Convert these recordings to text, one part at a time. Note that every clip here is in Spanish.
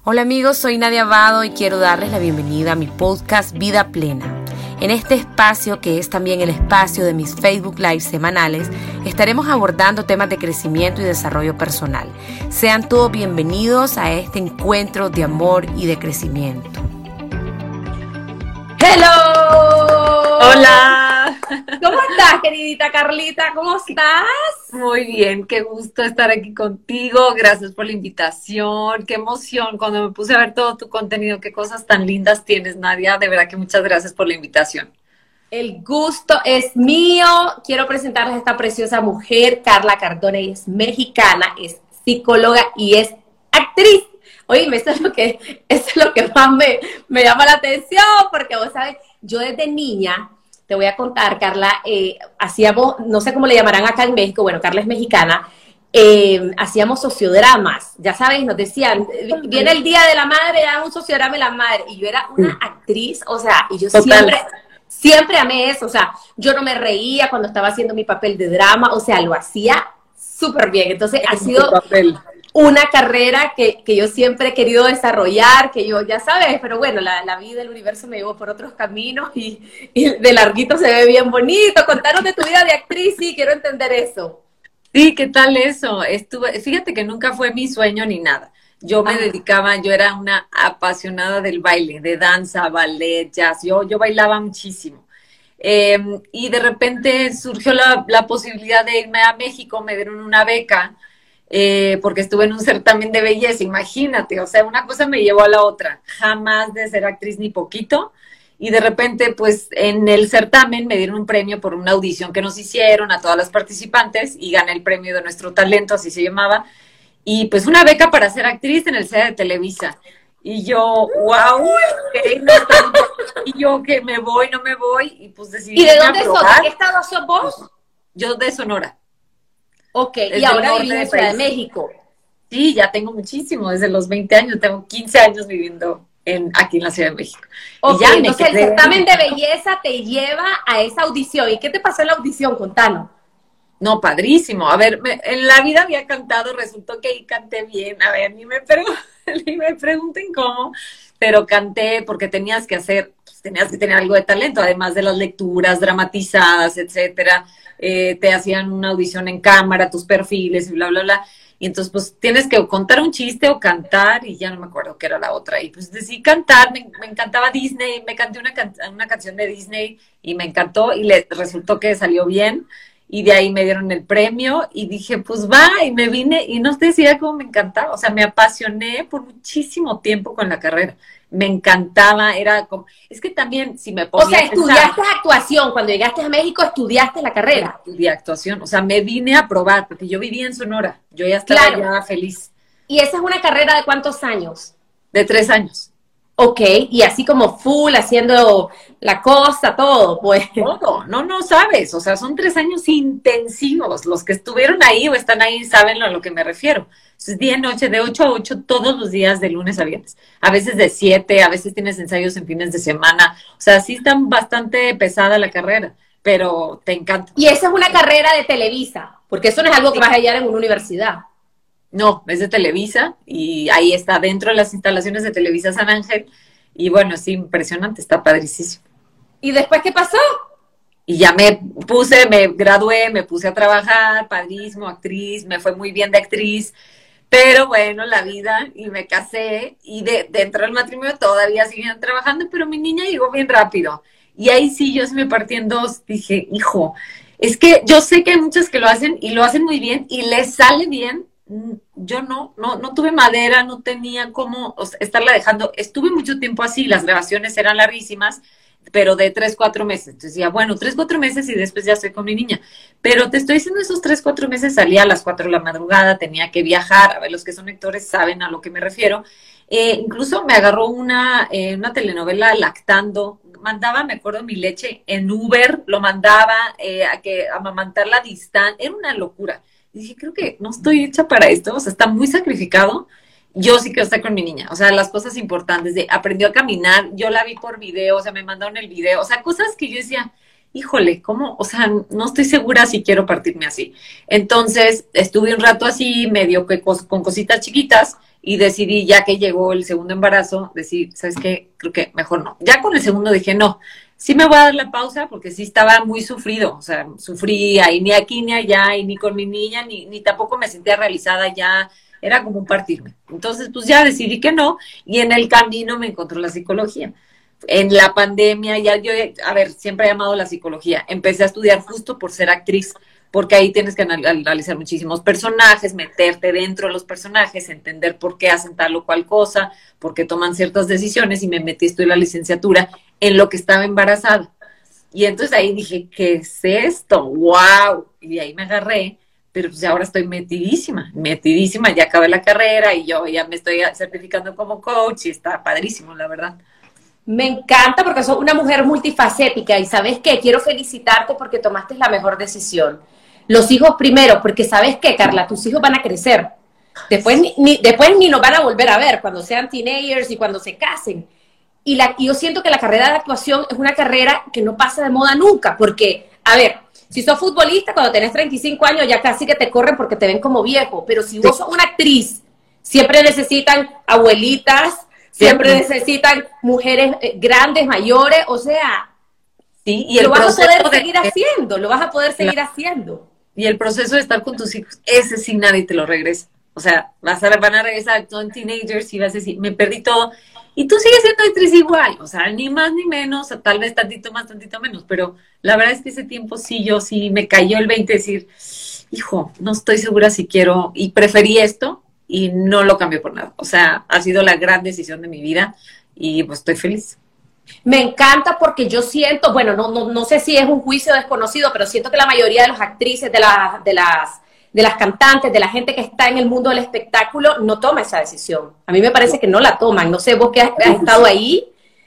Hola amigos, soy Nadia Abado y quiero darles la bienvenida a mi podcast Vida Plena. En este espacio, que es también el espacio de mis Facebook Live semanales, estaremos abordando temas de crecimiento y desarrollo personal. Sean todos bienvenidos a este encuentro de amor y de crecimiento. ¡Hello! ¡Hola! ¿Cómo estás, queridita Carlita? ¿Cómo estás? Muy bien, qué gusto estar aquí contigo. Gracias por la invitación. Qué emoción cuando me puse a ver todo tu contenido. Qué cosas tan lindas tienes, Nadia. De verdad que muchas gracias por la invitación. El gusto es mío. Quiero presentarles a esta preciosa mujer, Carla Cardona. Ella es mexicana, es psicóloga y es actriz. Oye, eso es lo que más me llama la atención, porque vos sabes, yo desde niña, te voy a contar, Carla, hacíamos, no sé cómo le llamarán acá en México, bueno, Carla es mexicana, hacíamos sociodramas, ya sabes, nos decían, viene el Día de la Madre, dan un sociodrama de la madre, y yo era una actriz, o sea, y yo siempre amé eso, o sea, yo no me reía cuando estaba haciendo mi papel de drama, o sea, lo hacía súper bien, entonces ha sido una carrera que yo siempre he querido desarrollar, que yo, ya sabes, pero bueno, la vida, el universo me llevó por otros caminos y de larguito se ve bien bonito. Contanos de tu vida de actriz, sí, quiero entender eso. Sí, ¿qué tal eso? Fíjate que nunca fue mi sueño ni nada. Yo me dedicaba, yo era una apasionada del baile, de danza, ballet, jazz, yo bailaba muchísimo. Y de repente surgió la posibilidad de irme a México, me dieron una beca, porque estuve en un certamen de belleza, imagínate, o sea, una cosa me llevó a la otra, jamás de ser actriz ni poquito, y de repente, pues, en el certamen me dieron un premio por una audición que nos hicieron a todas las participantes, y gané el premio de nuestro talento, así se llamaba, y pues una beca para ser actriz en el SEA de Televisa, y yo, wow, y yo que me voy, no me voy, y pues decidí. ¿Y de dónde sos? ¿De qué estado sos vos? Yo de Sonora. Ok, y ahora vivís en Ciudad de México. Sí, ya tengo muchísimo, desde los 20 años, tengo 15 años viviendo aquí en la Ciudad de México. Ok, y ya entonces el certamen de belleza te lleva a esa audición. ¿Y qué te pasó en la audición? Contanos. No, padrísimo. A ver, en la vida había cantado, resultó que ahí canté bien. A ver, ni me pregunten cómo, pero canté porque tenías que tener algo de talento, además de las lecturas dramatizadas, etcétera. Te hacían una audición en cámara, tus perfiles y bla, bla, bla. Y entonces, pues, tienes que contar un chiste o cantar, y ya no me acuerdo qué era la otra. Y pues decidí cantar, me encantaba Disney, me canté una canción de Disney y me encantó y resultó que salió bien. Y de ahí me dieron el premio y dije, pues va, y me vine y no te decía cómo me encantaba. O sea, me apasioné por muchísimo tiempo con la carrera. Me encantaba, era como, es que también si me ponía. O sea, estudiaste actuación, cuando llegaste a México estudiaste la carrera. Estudié actuación, o sea, me vine a probar, porque yo vivía en Sonora, yo ya estaba ya feliz. ¿Y esa es una carrera de cuántos años? De 3 años. Ok, y así como full, haciendo la cosa, todo, pues. Todo, no sabes, o sea, son 3 años intensivos. Los que estuvieron ahí o están ahí saben a lo que me refiero. Es día y noche, de 8 a 8, todos los días, de lunes a viernes. A veces de 7, a veces tienes ensayos en fines de semana. O sea, sí está bastante pesada la carrera, pero te encanta. Y esa es una carrera de Televisa, porque eso no es algo que vas a hallar en una universidad. No, es de Televisa y ahí está dentro de las instalaciones de Televisa San Ángel y bueno, es impresionante, está padricísimo. ¿Y después qué pasó? Y ya me gradué, me puse a trabajar, padrísimo, actriz, me fue muy bien de actriz, pero bueno, la vida, y me casé y dentro del matrimonio todavía seguían trabajando, pero mi niña llegó bien rápido y ahí sí yo se me partí en dos, dije, hijo, es que yo sé que hay muchas que lo hacen y lo hacen muy bien y les sale bien. Yo no tuve madera, no tenía cómo estarla dejando. Estuve mucho tiempo así, las grabaciones eran larguísimas, pero de 3-4 meses. Entonces decía, bueno, 3-4 meses y después ya estoy con mi niña. Pero te estoy diciendo, esos 3-4 meses salía a las 4 de la madrugada, tenía que viajar. A ver, los que son actores saben a lo que me refiero. Incluso me agarró una telenovela lactando. Mandaba, me acuerdo, mi leche en Uber, lo mandaba a amamantarla a distancia. Era una locura. Y dije, creo que no estoy hecha para esto, o sea, está muy sacrificado. Yo sí quiero estar con mi niña, o sea, las cosas importantes de aprendió a caminar, yo la vi por video, o sea, me mandaron el video, o sea, cosas que yo decía, híjole, ¿cómo? O sea, no estoy segura si quiero partirme así. Entonces, estuve un rato así, medio que con cositas chiquitas, y decidí, ya que llegó el segundo embarazo, decir, ¿sabes qué? Creo que mejor no. Ya con el segundo dije, no, sí me voy a dar la pausa porque sí estaba muy sufrido, o sea, sufría y ni aquí ni allá y ni con mi niña, ni tampoco me sentía realizada ya, era como un partirme. Entonces, pues ya decidí que no y en el camino me encontró la psicología. En la pandemia, ya yo, a ver, siempre he amado la psicología. Empecé a estudiar justo por ser actriz, porque ahí tienes que analizar muchísimos personajes, meterte dentro de los personajes, entender por qué hacen tal o cual cosa, por qué toman ciertas decisiones, y me metí a estudiar la licenciatura en lo que estaba embarazada. Y entonces ahí dije, ¿qué es esto? ¡Wow! Y ahí me agarré, pero pues ahora estoy metidísima, ya acabé la carrera y yo ya me estoy certificando como coach y está padrísimo, la verdad. Me encanta porque sos una mujer multifacética y ¿sabes qué? Quiero felicitarte porque tomaste la mejor decisión. Los hijos primero, porque ¿sabes qué, Carla? Tus hijos van a crecer. Después ni nos van a volver a ver cuando sean teenagers y cuando se casen. Y yo siento que la carrera de actuación es una carrera que no pasa de moda nunca, porque, a ver, si sos futbolista, cuando tenés 35 años ya casi que te corren porque te ven como viejo, pero si vos sos una actriz, siempre necesitan abuelitas, siempre necesitan mujeres grandes, mayores, o sea, sí, y el lo vas a poder proceso seguir haciendo, lo vas a poder seguir haciendo. Y el proceso de estar con tus hijos, ese sí nadie te lo regresa. O sea, van a regresar son teenagers y vas a decir, me perdí todo. Y tú sigues siendo actriz igual, o sea, ni más ni menos, tal vez tantito más, tantito menos, pero la verdad es que ese tiempo sí me cayó el 20 decir, hijo, no estoy segura si quiero, y preferí esto y no lo cambié por nada. O sea, ha sido la gran decisión de mi vida y pues estoy feliz. Me encanta porque yo siento, bueno, no sé si es un juicio desconocido, pero siento que la mayoría de las actrices, de las cantantes, de la gente que está en el mundo del espectáculo, no toma esa decisión. A mí me parece que no la toman. No sé, vos que has estado ahí,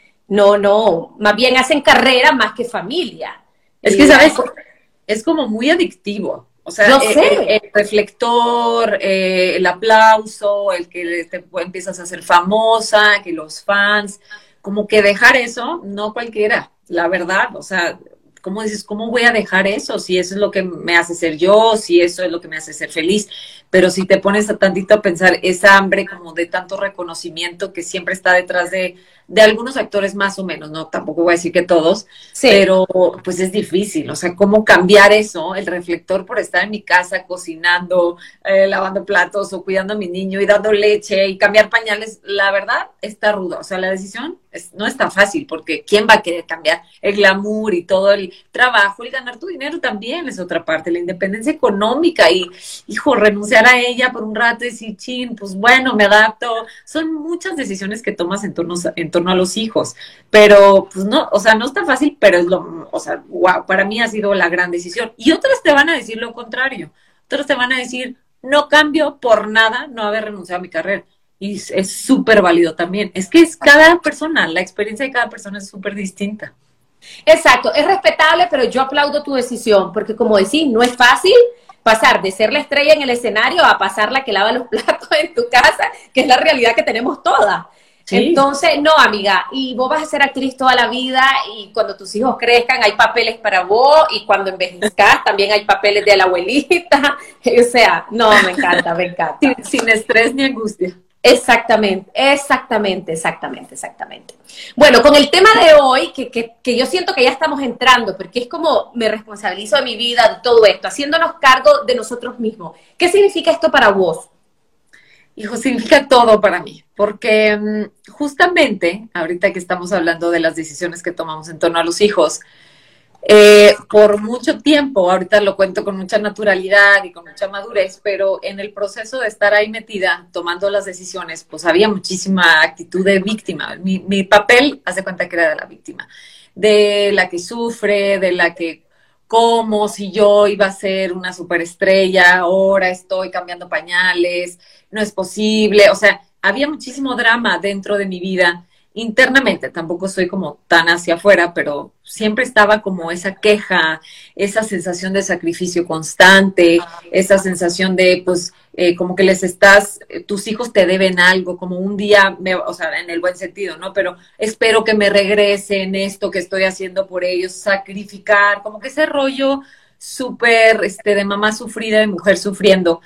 no, más bien hacen carrera más que familia. Es que, ¿sabes? Es como muy adictivo. O sea, no sé. El reflector, el aplauso, el que te empiezas a ser famosa, que los fans, como que dejar eso, no cualquiera, la verdad. O sea, ¿cómo dices, cómo voy a dejar eso? Si eso es lo que me hace ser yo, si eso es lo que me hace ser feliz. Pero si te pones a tantito a pensar, esa hambre como de tanto reconocimiento que siempre está detrás de algunos actores más o menos, no, tampoco voy a decir que todos, sí, pero pues es difícil, o sea, cómo cambiar eso, el reflector por estar en mi casa cocinando, lavando platos o cuidando a mi niño y dando leche y cambiar pañales, la verdad está ruda, o sea, la decisión no es tan fácil, porque ¿quién va a querer cambiar el glamour y todo el trabajo y ganar tu dinero también es otra parte, la independencia económica y, hijo, renunciar a ella por un rato y decir, chin, pues bueno, me adapto, son muchas decisiones que tomas en torno a los hijos, pero pues no, o sea, no es tan fácil, pero es o sea, wow, para mí ha sido la gran decisión. Y otros te van a decir lo contrario, otros te van a decir, no cambio por nada no haber renunciado a mi carrera. Y es súper válido también. Es que es cada persona, la experiencia de cada persona es súper distinta. Exacto, es respetable, pero yo aplaudo tu decisión, porque como decís, no es fácil pasar de ser la estrella en el escenario a pasar la que lava los platos en tu casa, que es la realidad que tenemos todas. Sí. Entonces, no, amiga, y vos vas a ser actriz toda la vida y cuando tus hijos crezcan hay papeles para vos y cuando envejezcas también hay papeles de la abuelita. O sea, no, me encanta, me encanta. Sin estrés ni angustia. Exactamente. Bueno, con el tema de hoy, que yo siento que ya estamos entrando, porque es como me responsabilizo de mi vida, de todo esto, haciéndonos cargo de nosotros mismos. ¿Qué significa esto para vos? Hijo, significa todo para mí, porque justamente ahorita que estamos hablando de las decisiones que tomamos en torno a los hijos, por mucho tiempo, ahorita lo cuento con mucha naturalidad y con mucha madurez, pero en el proceso de estar ahí metida, tomando las decisiones, pues había muchísima actitud de víctima. Mi papel, hace cuenta que era de la víctima, de la que sufre, de la que como si yo iba a ser una superestrella, ahora estoy cambiando pañales, no es posible, o sea, había muchísimo drama dentro de mi vida, internamente, tampoco soy como tan hacia afuera, pero siempre estaba como esa queja, esa sensación de sacrificio constante, esa sensación de, pues, como que tus hijos te deben algo, como un día, o sea, en el buen sentido, ¿no? Pero espero que me regresen esto que estoy haciendo por ellos, sacrificar, como que ese rollo súper de mamá sufrida, de mujer sufriendo.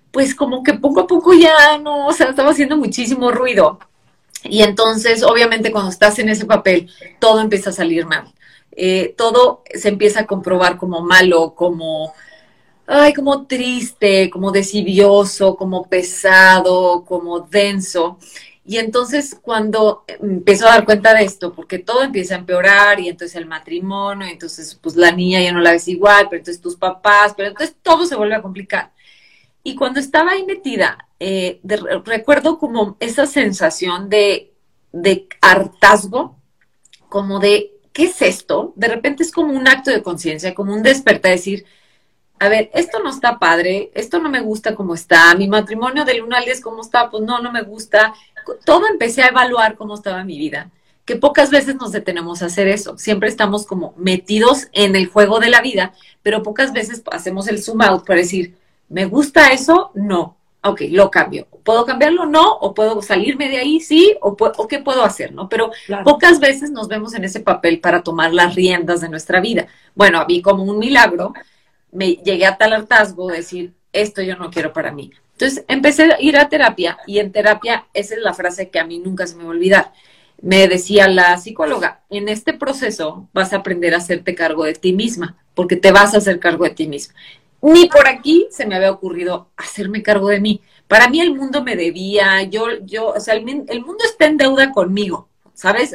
pues como que poco a poco ya no, o sea, estaba haciendo muchísimo ruido. Y entonces, obviamente, cuando estás en ese papel, todo empieza a salir mal. Todo se empieza a comprobar como malo, como, ay, como triste, como desidioso, como pesado, como denso. Y entonces cuando empiezo a dar cuenta de esto, porque todo empieza a empeorar y entonces el matrimonio, y entonces pues la niña ya no la ves igual, pero entonces tus papás, pero entonces todo se vuelve a complicar. Y cuando estaba ahí metida, recuerdo como esa sensación de hartazgo, como de, ¿qué es esto? De repente es como un acto de conciencia, como un despertar, decir, a ver, esto no está padre, esto no me gusta como está, mi matrimonio del 1 al 10 cómo está, pues no, no me gusta. Todo empecé a evaluar cómo estaba mi vida, que pocas veces nos detenemos a hacer eso, siempre estamos como metidos en el juego de la vida, pero pocas veces hacemos el zoom out para decir, ¿me gusta eso? No. Ok, lo cambio. ¿Puedo cambiarlo? No. ¿O puedo salirme de ahí? Sí. ¿O qué puedo hacer? ¿No? Pero claro, pocas veces nos vemos en ese papel para tomar las riendas de nuestra vida. Bueno, a mí como un milagro, me llegué a tal hartazgo de decir, esto yo no quiero para mí. Entonces empecé a ir a terapia y en terapia esa es la frase que a mí nunca se me va a olvidar. Me decía la psicóloga, en este proceso vas a aprender a hacerte cargo de ti misma, porque te vas a hacer cargo de ti misma. Ni por aquí se me había ocurrido hacerme cargo de mí. Para mí el mundo me debía, o sea, el mundo está en deuda conmigo, ¿sabes?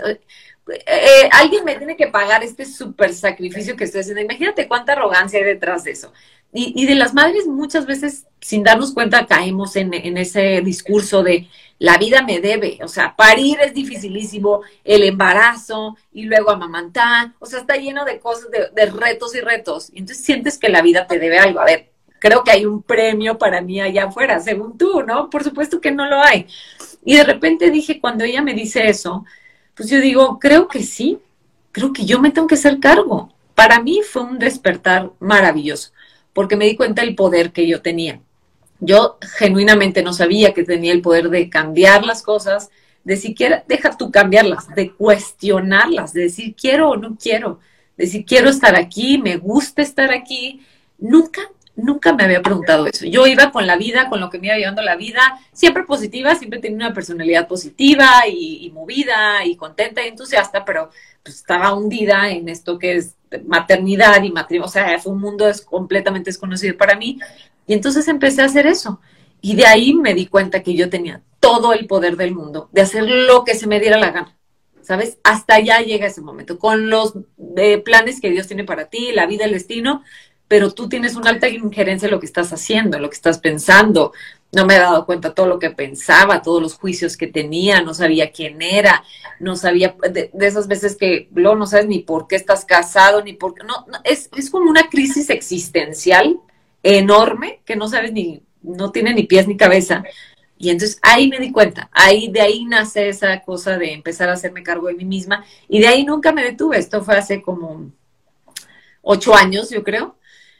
Alguien me tiene que pagar este súper sacrificio que estoy haciendo. Imagínate cuánta arrogancia hay detrás de eso. Y de las madres muchas veces, sin darnos cuenta, caemos en ese discurso de la vida me debe. O sea, parir es dificilísimo, el embarazo y luego amamantar. O sea, está lleno de cosas, de retos y retos. Y entonces sientes que la vida te debe algo. A ver, creo que hay un premio para mí allá afuera, según tú, ¿no? Por supuesto que no lo hay. Y de repente dije, cuando ella me dice eso, pues yo digo, creo que sí, creo que yo me tengo que hacer cargo. Para mí fue un despertar maravilloso, porque me di cuenta del poder que yo tenía. Yo genuinamente no sabía que tenía el poder de cambiar las cosas, de siquiera, deja tú cambiarlas, de cuestionarlas, de decir quiero o no quiero, de decir quiero estar aquí, me gusta estar aquí. Nunca me había preguntado eso. Yo iba con la vida, con lo que me iba llevando la vida, siempre positiva, siempre tenía una personalidad positiva y movida y contenta y entusiasta, pero pues estaba hundida en esto que es maternidad y matrimonio. O sea, fue un mundo completamente desconocido para mí. Y entonces empecé a hacer eso. Y de ahí me di cuenta que yo tenía todo el poder del mundo de hacer lo que se me diera la gana. ¿Sabes? Hasta allá llega ese momento. Con los planes que Dios tiene para ti, la vida, el destino, pero tú tienes una alta injerencia en lo que estás haciendo, en lo que estás pensando. No me he dado cuenta de todo lo que pensaba, todos los juicios que tenía, no sabía quién era, no sabía, de esas veces que luego no sabes ni por qué estás casado, ni por qué, es como una crisis existencial enorme que no sabes no tiene ni pies ni cabeza. Y entonces ahí me di cuenta, de ahí nace esa cosa de empezar a hacerme cargo de mí misma, y de ahí nunca me detuve. Esto fue hace como 8 años, yo creo.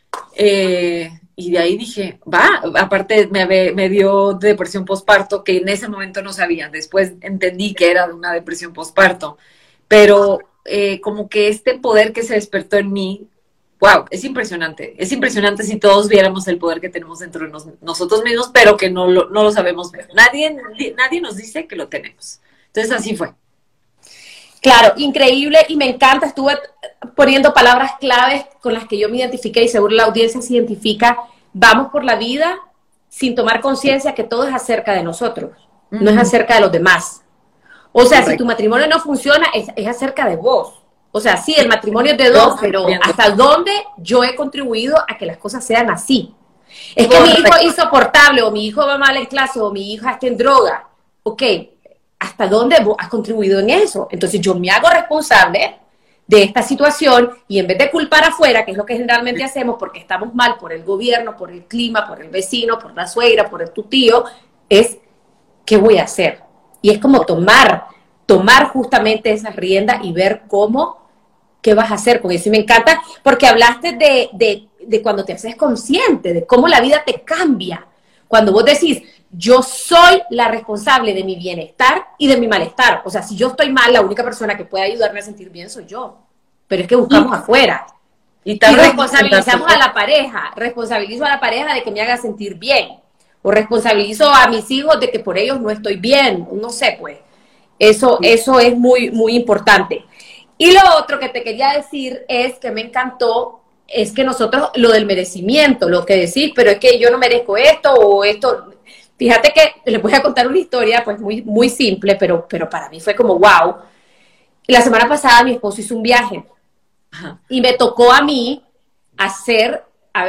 Y de ahí dije, aparte me dio depresión postparto, que en ese momento no sabía, después entendí que era de una depresión postparto, pero como que este poder que se despertó en mí, wow, es impresionante si todos viéramos el poder que tenemos dentro de nosotros mismos, pero que no lo sabemos ver, nadie nos dice que lo tenemos. Entonces así fue. Claro, increíble, y me encanta, estuve poniendo palabras claves con las que yo me identifiqué y seguro la audiencia se identifica. Vamos por la vida sin tomar conciencia que todo es acerca de nosotros, no es acerca de los demás. O sea, si tu matrimonio no funciona, es acerca de vos. O sea, sí, el matrimonio es de dos, pero ¿hasta dónde yo he contribuido a que las cosas sean así? Es que mi hijo es insoportable, o mi hijo va mal en clase, o mi hija está en droga. Ok, ¿hasta dónde vos has contribuido en eso? Entonces yo me hago responsable de esta situación y en vez de culpar afuera, que es lo que generalmente hacemos porque estamos mal por el gobierno, por el clima, por el vecino, por la suegra, por tu tío, es ¿qué voy a hacer? Y es como tomar justamente esa rienda y ver qué vas a hacer con eso. Y me encanta porque hablaste de cuando te haces consciente, de cómo la vida te cambia. Cuando vos decís, yo soy la responsable de mi bienestar y de mi malestar. O sea, si yo estoy mal, la única persona que puede ayudarme a sentir bien soy yo. Pero es que buscamos afuera. Y responsabilizamos a la pareja. Responsabilizo a la pareja de que me haga sentir bien. o responsabilizo a mis hijos de que por ellos no estoy bien, no sé, pues. Eso es muy, muy importante. Y lo otro que te quería decir es que me encantó, es que nosotros, lo del merecimiento, lo que decís, pero es que yo no merezco esto o esto. Fíjate que les voy a contar una historia, pues muy, muy simple, pero para mí fue como wow. La semana pasada mi esposo hizo un viaje. Ajá. Y me tocó a mí hacer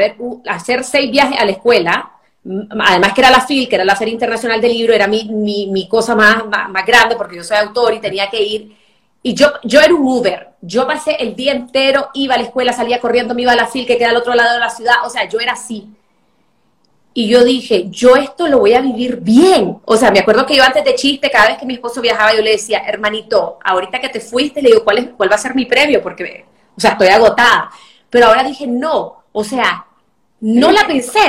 6 viajes a la escuela, además que era la FIL, que era la Feria Internacional del Libro, era mi cosa más grande, porque yo soy autor y tenía que ir. Y yo era un Uber, yo pasé el día entero, iba a la escuela, salía corriendo, me iba a la FIL, que queda al otro lado de la ciudad, o sea, yo era así. Y yo dije, yo esto lo voy a vivir bien. O sea, me acuerdo que yo antes de chiste, cada vez que mi esposo viajaba, yo le decía, hermanito, ahorita que te fuiste, le digo, ¿cuál va a ser mi premio? Porque, o sea, estoy agotada. Pero ahora dije, no, o sea, no la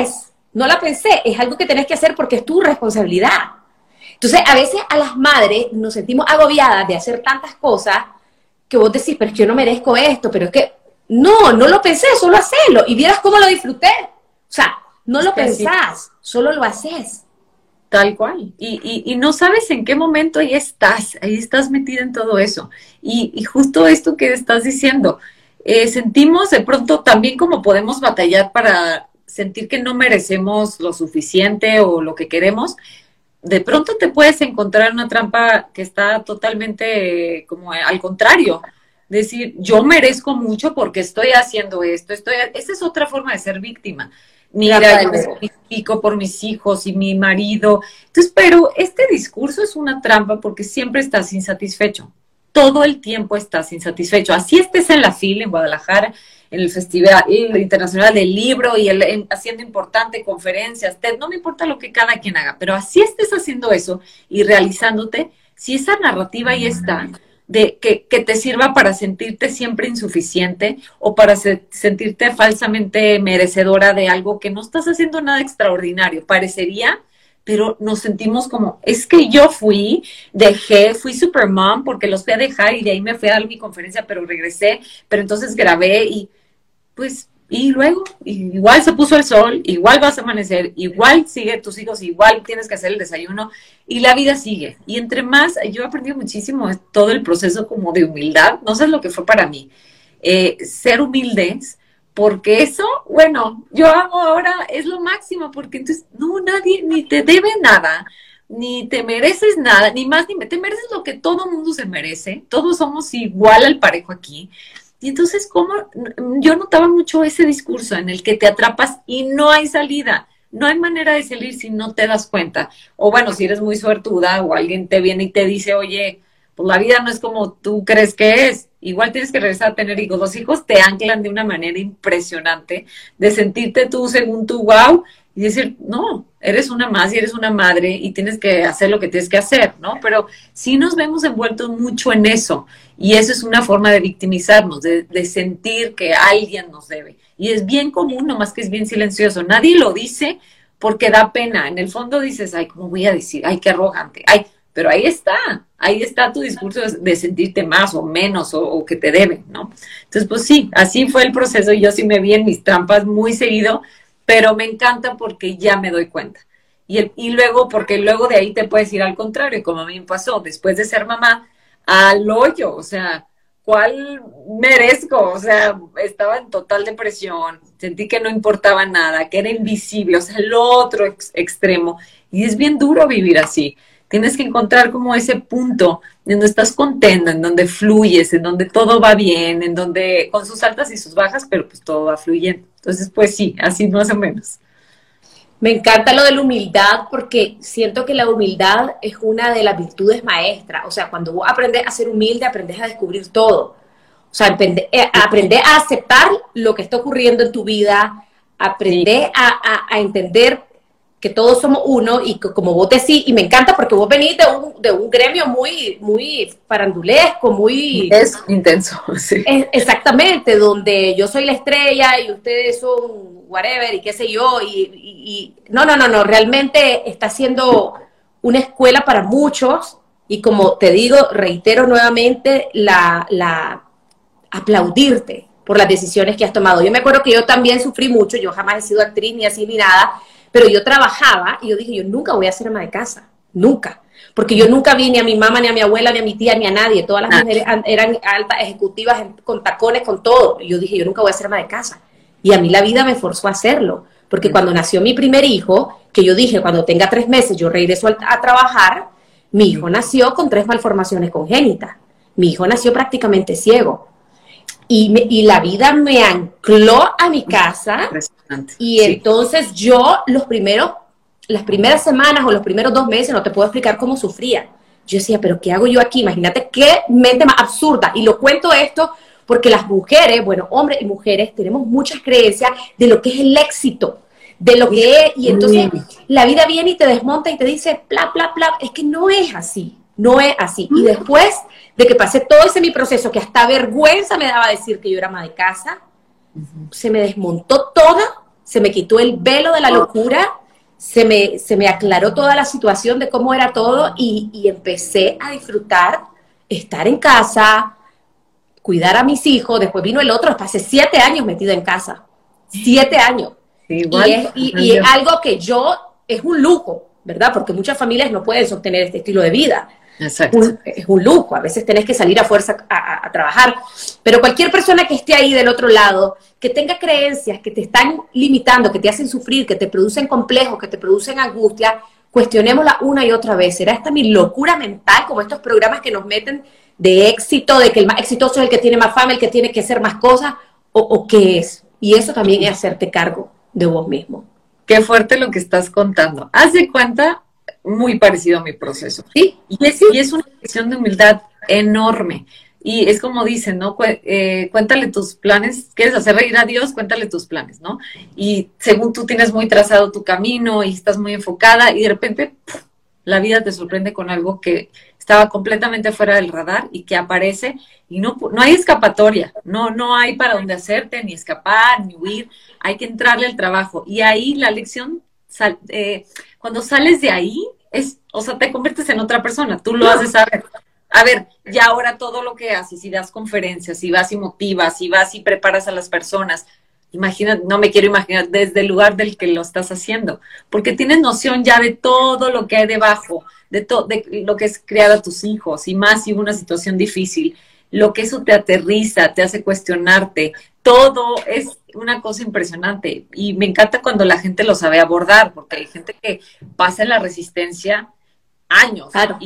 pensé, es algo que tenés que hacer porque es tu responsabilidad. Entonces, a veces a las madres nos sentimos agobiadas de hacer tantas cosas que vos decís, pero es que yo no merezco esto, pero es que, no lo pensé, solo hacelo. Y vieras cómo lo disfruté. O sea, no lo pensás, solo lo haces. Tal cual. Y no sabes en qué momento ahí estás metida en todo eso. Y justo esto que estás diciendo, sentimos de pronto también como podemos batallar para sentir que no merecemos lo suficiente o lo que queremos. De pronto te puedes encontrar una trampa que está totalmente como al contrario. Decir, yo merezco mucho porque estoy haciendo esto. Esa es otra forma de ser víctima. Mira, yo me sacrifico por mis hijos y mi marido. Entonces, pero este discurso es una trampa porque siempre estás insatisfecho. Todo el tiempo estás insatisfecho. Así estés en la FIL, en Guadalajara, en el Festival Internacional del Libro y haciendo importantes conferencias. No me importa lo que cada quien haga, pero así estés haciendo eso y realizándote, si esa narrativa ahí está, de que te sirva para sentirte siempre insuficiente o para sentirte falsamente merecedora de algo que no estás haciendo nada extraordinario, parecería, pero nos sentimos como, es que yo fui supermom porque los fui a dejar y de ahí me fui a dar mi conferencia, pero regresé, pero entonces grabé y pues, y luego, igual se puso el sol, igual vas a amanecer, igual sigue tus hijos, igual tienes que hacer el desayuno y la vida sigue. Y entre más, yo he aprendido muchísimo todo el proceso como de humildad, no sé lo que fue para mí, ser humildes, porque eso, bueno, yo amo ahora, es lo máximo, porque entonces, no, nadie ni te debe nada, ni te mereces nada, ni más, te mereces lo que todo mundo se merece, todos somos igual al parejo aquí. Y entonces, yo notaba mucho ese discurso en el que te atrapas y no hay salida, no hay manera de salir si no te das cuenta. O bueno, si eres muy suertuda o alguien te viene y te dice, oye, pues la vida no es como tú crees que es. Igual tienes que regresar a tener hijos. Los hijos te anclan de una manera impresionante de sentirte tú según tu wow y decir, no, eres una más y eres una madre y tienes que hacer lo que tienes que hacer, ¿no? Pero sí nos vemos envueltos mucho en eso y eso es una forma de victimizarnos, de sentir que alguien nos debe. Y es bien común, nomás que es bien silencioso. Nadie lo dice porque da pena. En el fondo dices, ay, ¿cómo voy a decir? Ay, qué arrogante. Ay, pero ahí está tu discurso de sentirte más o menos o que te deben, ¿no? Entonces, pues sí, así fue el proceso y yo sí me vi en mis trampas muy seguido, pero me encanta porque ya me doy cuenta. Y luego, porque luego de ahí te puedes ir al contrario, como a mí me pasó, después de ser mamá, al hoyo, o sea, ¿cuál merezco? O sea, estaba en total depresión, sentí que no importaba nada, que era invisible, o sea, el otro extremo, y es bien duro vivir así. Tienes que encontrar como ese punto en donde estás contenta, en donde fluyes, en donde todo va bien, en donde con sus altas y sus bajas, pero pues todo va fluyendo. Entonces, pues sí, así más o menos. Me encanta lo de la humildad porque siento que la humildad es una de las virtudes maestras. O sea, cuando vos aprendes a ser humilde, aprendes a descubrir todo. O sea, aprender a aceptar lo que está ocurriendo en tu vida, aprender a entender que todos somos uno y que como vos decís, y me encanta porque vos venís de un gremio muy, muy farandulesco, muy... Es intenso, sí. Exactamente, donde yo soy la estrella y ustedes son whatever y qué sé yo, no, realmente está siendo una escuela para muchos y como te digo, reitero nuevamente, aplaudirte por las decisiones que has tomado. Yo me acuerdo que yo también sufrí mucho, yo jamás he sido actriz ni así ni nada, pero yo trabajaba y yo dije, yo nunca voy a ser ama de casa, nunca. Porque yo nunca vi ni a mi mamá, ni a mi abuela, ni a mi tía, ni a nadie. Todas las mujeres eran altas, ejecutivas, con tacones, con todo. Y yo dije, yo nunca voy a ser ama de casa. Y a mí la vida me forzó a hacerlo. Porque cuando nació mi primer hijo, que yo dije, cuando tenga 3 meses yo regreso a trabajar, mi hijo nació con 3 malformaciones congénitas. Mi hijo nació prácticamente ciego. Y la vida me ancló a mi casa. Y entonces yo las primeras semanas o los primeros 2 meses, no te puedo explicar cómo sufría. Yo decía, pero ¿qué hago yo aquí? Imagínate qué mente más absurda. Y lo cuento esto porque las mujeres, bueno, hombres y mujeres, tenemos muchas creencias de lo que es el éxito, de lo que es, y entonces la vida viene y te desmonta y te dice, bla, bla, bla. Es que no es así, no es así. Y después de que pasé todo ese mi proceso, que hasta vergüenza me daba decir que yo era ama de casa, se me desmontó toda, se me quitó el velo de la locura, se me aclaró toda la situación de cómo era todo y empecé a disfrutar estar en casa, cuidar a mis hijos. Después vino el otro, pasé 7 años metida en casa, 7 años. Sí, y es algo que es un lujo, ¿verdad? Porque muchas familias no pueden sostener este estilo de vida. Exacto. Es un lujo, a veces tenés que salir a fuerza a trabajar, pero cualquier persona que esté ahí del otro lado, que tenga creencias que te están limitando, que te hacen sufrir, que te producen complejos, que te producen angustia, cuestionémosla una y otra vez. ¿Será esta mi locura mental, como estos programas que nos meten de éxito, de que el más exitoso es el que tiene más fama, el que tiene que hacer más cosas, o qué es? Y eso también es hacerte cargo de vos mismo. Qué fuerte lo que estás contando. Haz de cuenta, muy parecido a mi proceso. ¿Sí? Y es una cuestión de humildad enorme. Y es como dicen, ¿no? Cuéntale tus planes. ¿Quieres hacer reír a Dios? Cuéntale tus planes, ¿no? Y según tú tienes muy trazado tu camino y estás muy enfocada y de repente la vida te sorprende con algo que estaba completamente fuera del radar y que aparece y no hay escapatoria, no hay para dónde hacerte, ni escapar, ni huir, hay que entrarle al trabajo. Y ahí la lección, cuando sales de ahí, o sea, te conviertes en otra persona, tú lo haces saber. A ver, y ahora todo lo que haces, si das conferencias, si vas y motivas, si vas y preparas a las personas, imagina, no me quiero imaginar desde el lugar del que lo estás haciendo, porque tienes noción ya de todo lo que hay debajo, de lo que es criar a tus hijos, y más si hubo una situación difícil, lo que eso te aterriza, te hace cuestionarte, todo es una cosa impresionante, y me encanta cuando la gente lo sabe abordar, porque hay gente que pasa en la resistencia años, claro,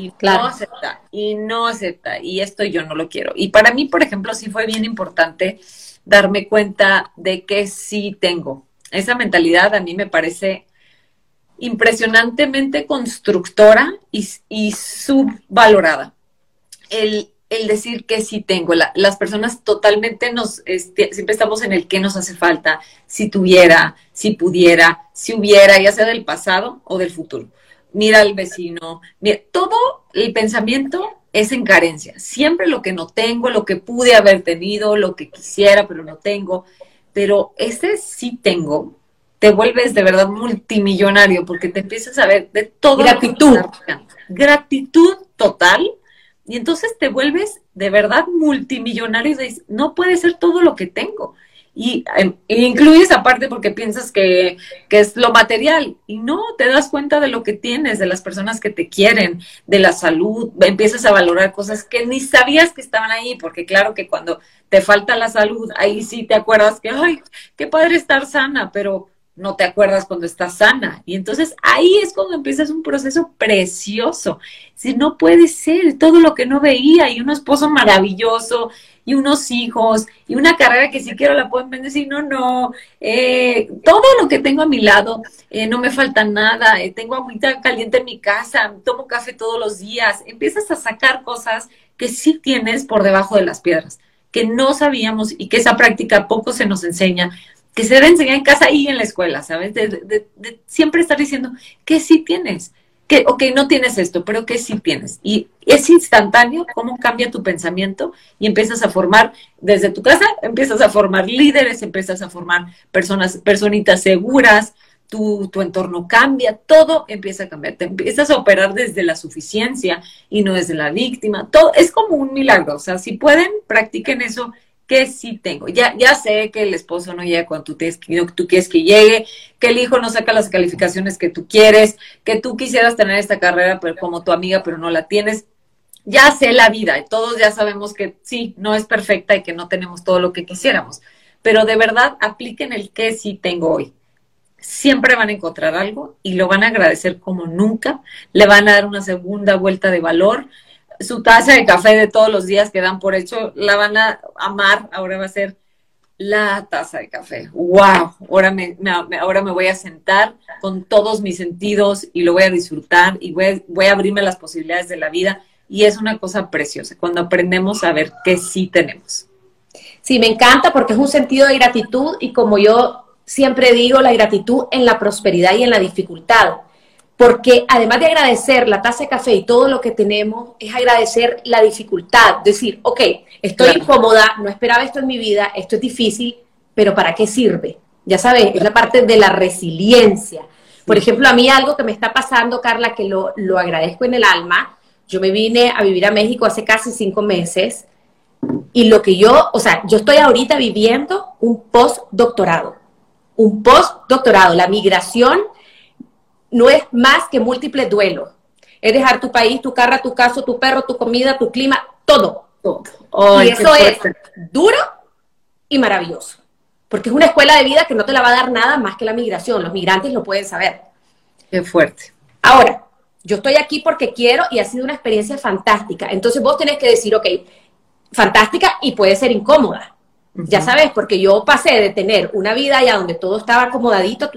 no acepta, y esto yo no lo quiero. Y para mí, por ejemplo, sí fue bien importante darme cuenta de que sí tengo. Esa mentalidad a mí me parece impresionantemente constructora y subvalorada. El decir que sí tengo. Las personas totalmente siempre estamos en el qué nos hace falta, si tuviera, si pudiera, si hubiera, ya sea del pasado o del futuro. Mira al vecino, mira, todo el pensamiento es en carencia. Siempre lo que no tengo, lo que pude haber tenido, lo que quisiera, pero no tengo. Pero ese sí tengo, te vuelves de verdad multimillonario porque te empiezas a ver de todo. Gratitud total. Y entonces te vuelves de verdad multimillonario y dices, no puede ser todo lo que tengo. Y incluyes aparte porque piensas que es lo material y no, te das cuenta de lo que tienes, de las personas que te quieren, de la salud, empiezas a valorar cosas que ni sabías que estaban ahí, porque claro que cuando te falta la salud, ahí sí te acuerdas que, ay, qué padre estar sana, pero no te acuerdas cuando estás sana. Y entonces ahí es cuando empiezas un proceso precioso. Si no puede ser todo lo que no veía y un esposo maravilloso y unos hijos y una carrera que si quiero la pueden bendecir, no, todo lo que tengo a mi lado, no me falta nada, tengo agüita caliente en mi casa, tomo café todos los días, empiezas a sacar cosas que sí tienes por debajo de las piedras, que no sabíamos y que esa práctica poco se nos enseña, que se debe enseñar en casa y en la escuela, ¿sabes? De siempre estar diciendo que sí tienes, que ok, no tienes esto, pero que sí tienes. Y es instantáneo cómo cambia tu pensamiento y empiezas a formar, desde tu casa, empiezas a formar líderes, empiezas a formar personitas seguras, tu entorno cambia, todo empieza a cambiar. Te empiezas a operar desde la suficiencia y no desde la víctima. Todo es como un milagro. O sea, si pueden, practiquen eso. ¿qué sí tengo? Ya sé que el esposo no llega cuando tú quieres que llegue, que el hijo no saca las calificaciones que tú quieres, que tú quisieras tener esta carrera pero como tu amiga, pero no la tienes. Ya sé la vida, y todos ya sabemos que sí, no es perfecta y que no tenemos todo lo que quisiéramos, pero de verdad apliquen el qué sí tengo hoy. Siempre van a encontrar algo y lo van a agradecer como nunca, le van a dar una segunda vuelta de valor. Su taza de café de todos los días que dan por hecho, la van a amar, ahora va a ser la taza de café. ¡Wow! Ahora me voy a sentar con todos mis sentidos y lo voy a disfrutar y voy a abrirme las posibilidades de la vida, y es una cosa preciosa cuando aprendemos a ver qué sí tenemos. Sí, me encanta porque es un sentido de gratitud, y como yo siempre digo, la gratitud en la prosperidad y en la dificultad. Porque además de agradecer la taza de café y todo lo que tenemos, es agradecer la dificultad. Decir, ok, estoy incómoda, no esperaba esto en mi vida, esto es difícil, pero ¿para qué sirve? Ya sabes, es la parte de la resiliencia. Por ejemplo, a mí algo que me está pasando, Carla, que lo agradezco en el alma. Yo me vine a vivir a México hace casi 5 meses, y lo que yo estoy ahorita viviendo un postdoctorado. Un postdoctorado. La migración no es más que múltiples duelos. Es dejar tu país, tu carro, tu casa, tu perro, tu comida, tu clima, todo. Oh, y eso es duro y maravilloso. Porque es una escuela de vida que no te la va a dar nada más que la migración. Los migrantes lo pueden saber. Qué fuerte. Ahora, yo estoy aquí porque quiero y ha sido una experiencia fantástica. Entonces vos tenés que decir, ok, fantástica y puede ser incómoda. Ya sabes, porque yo pasé de tener una vida allá donde todo estaba acomodadito,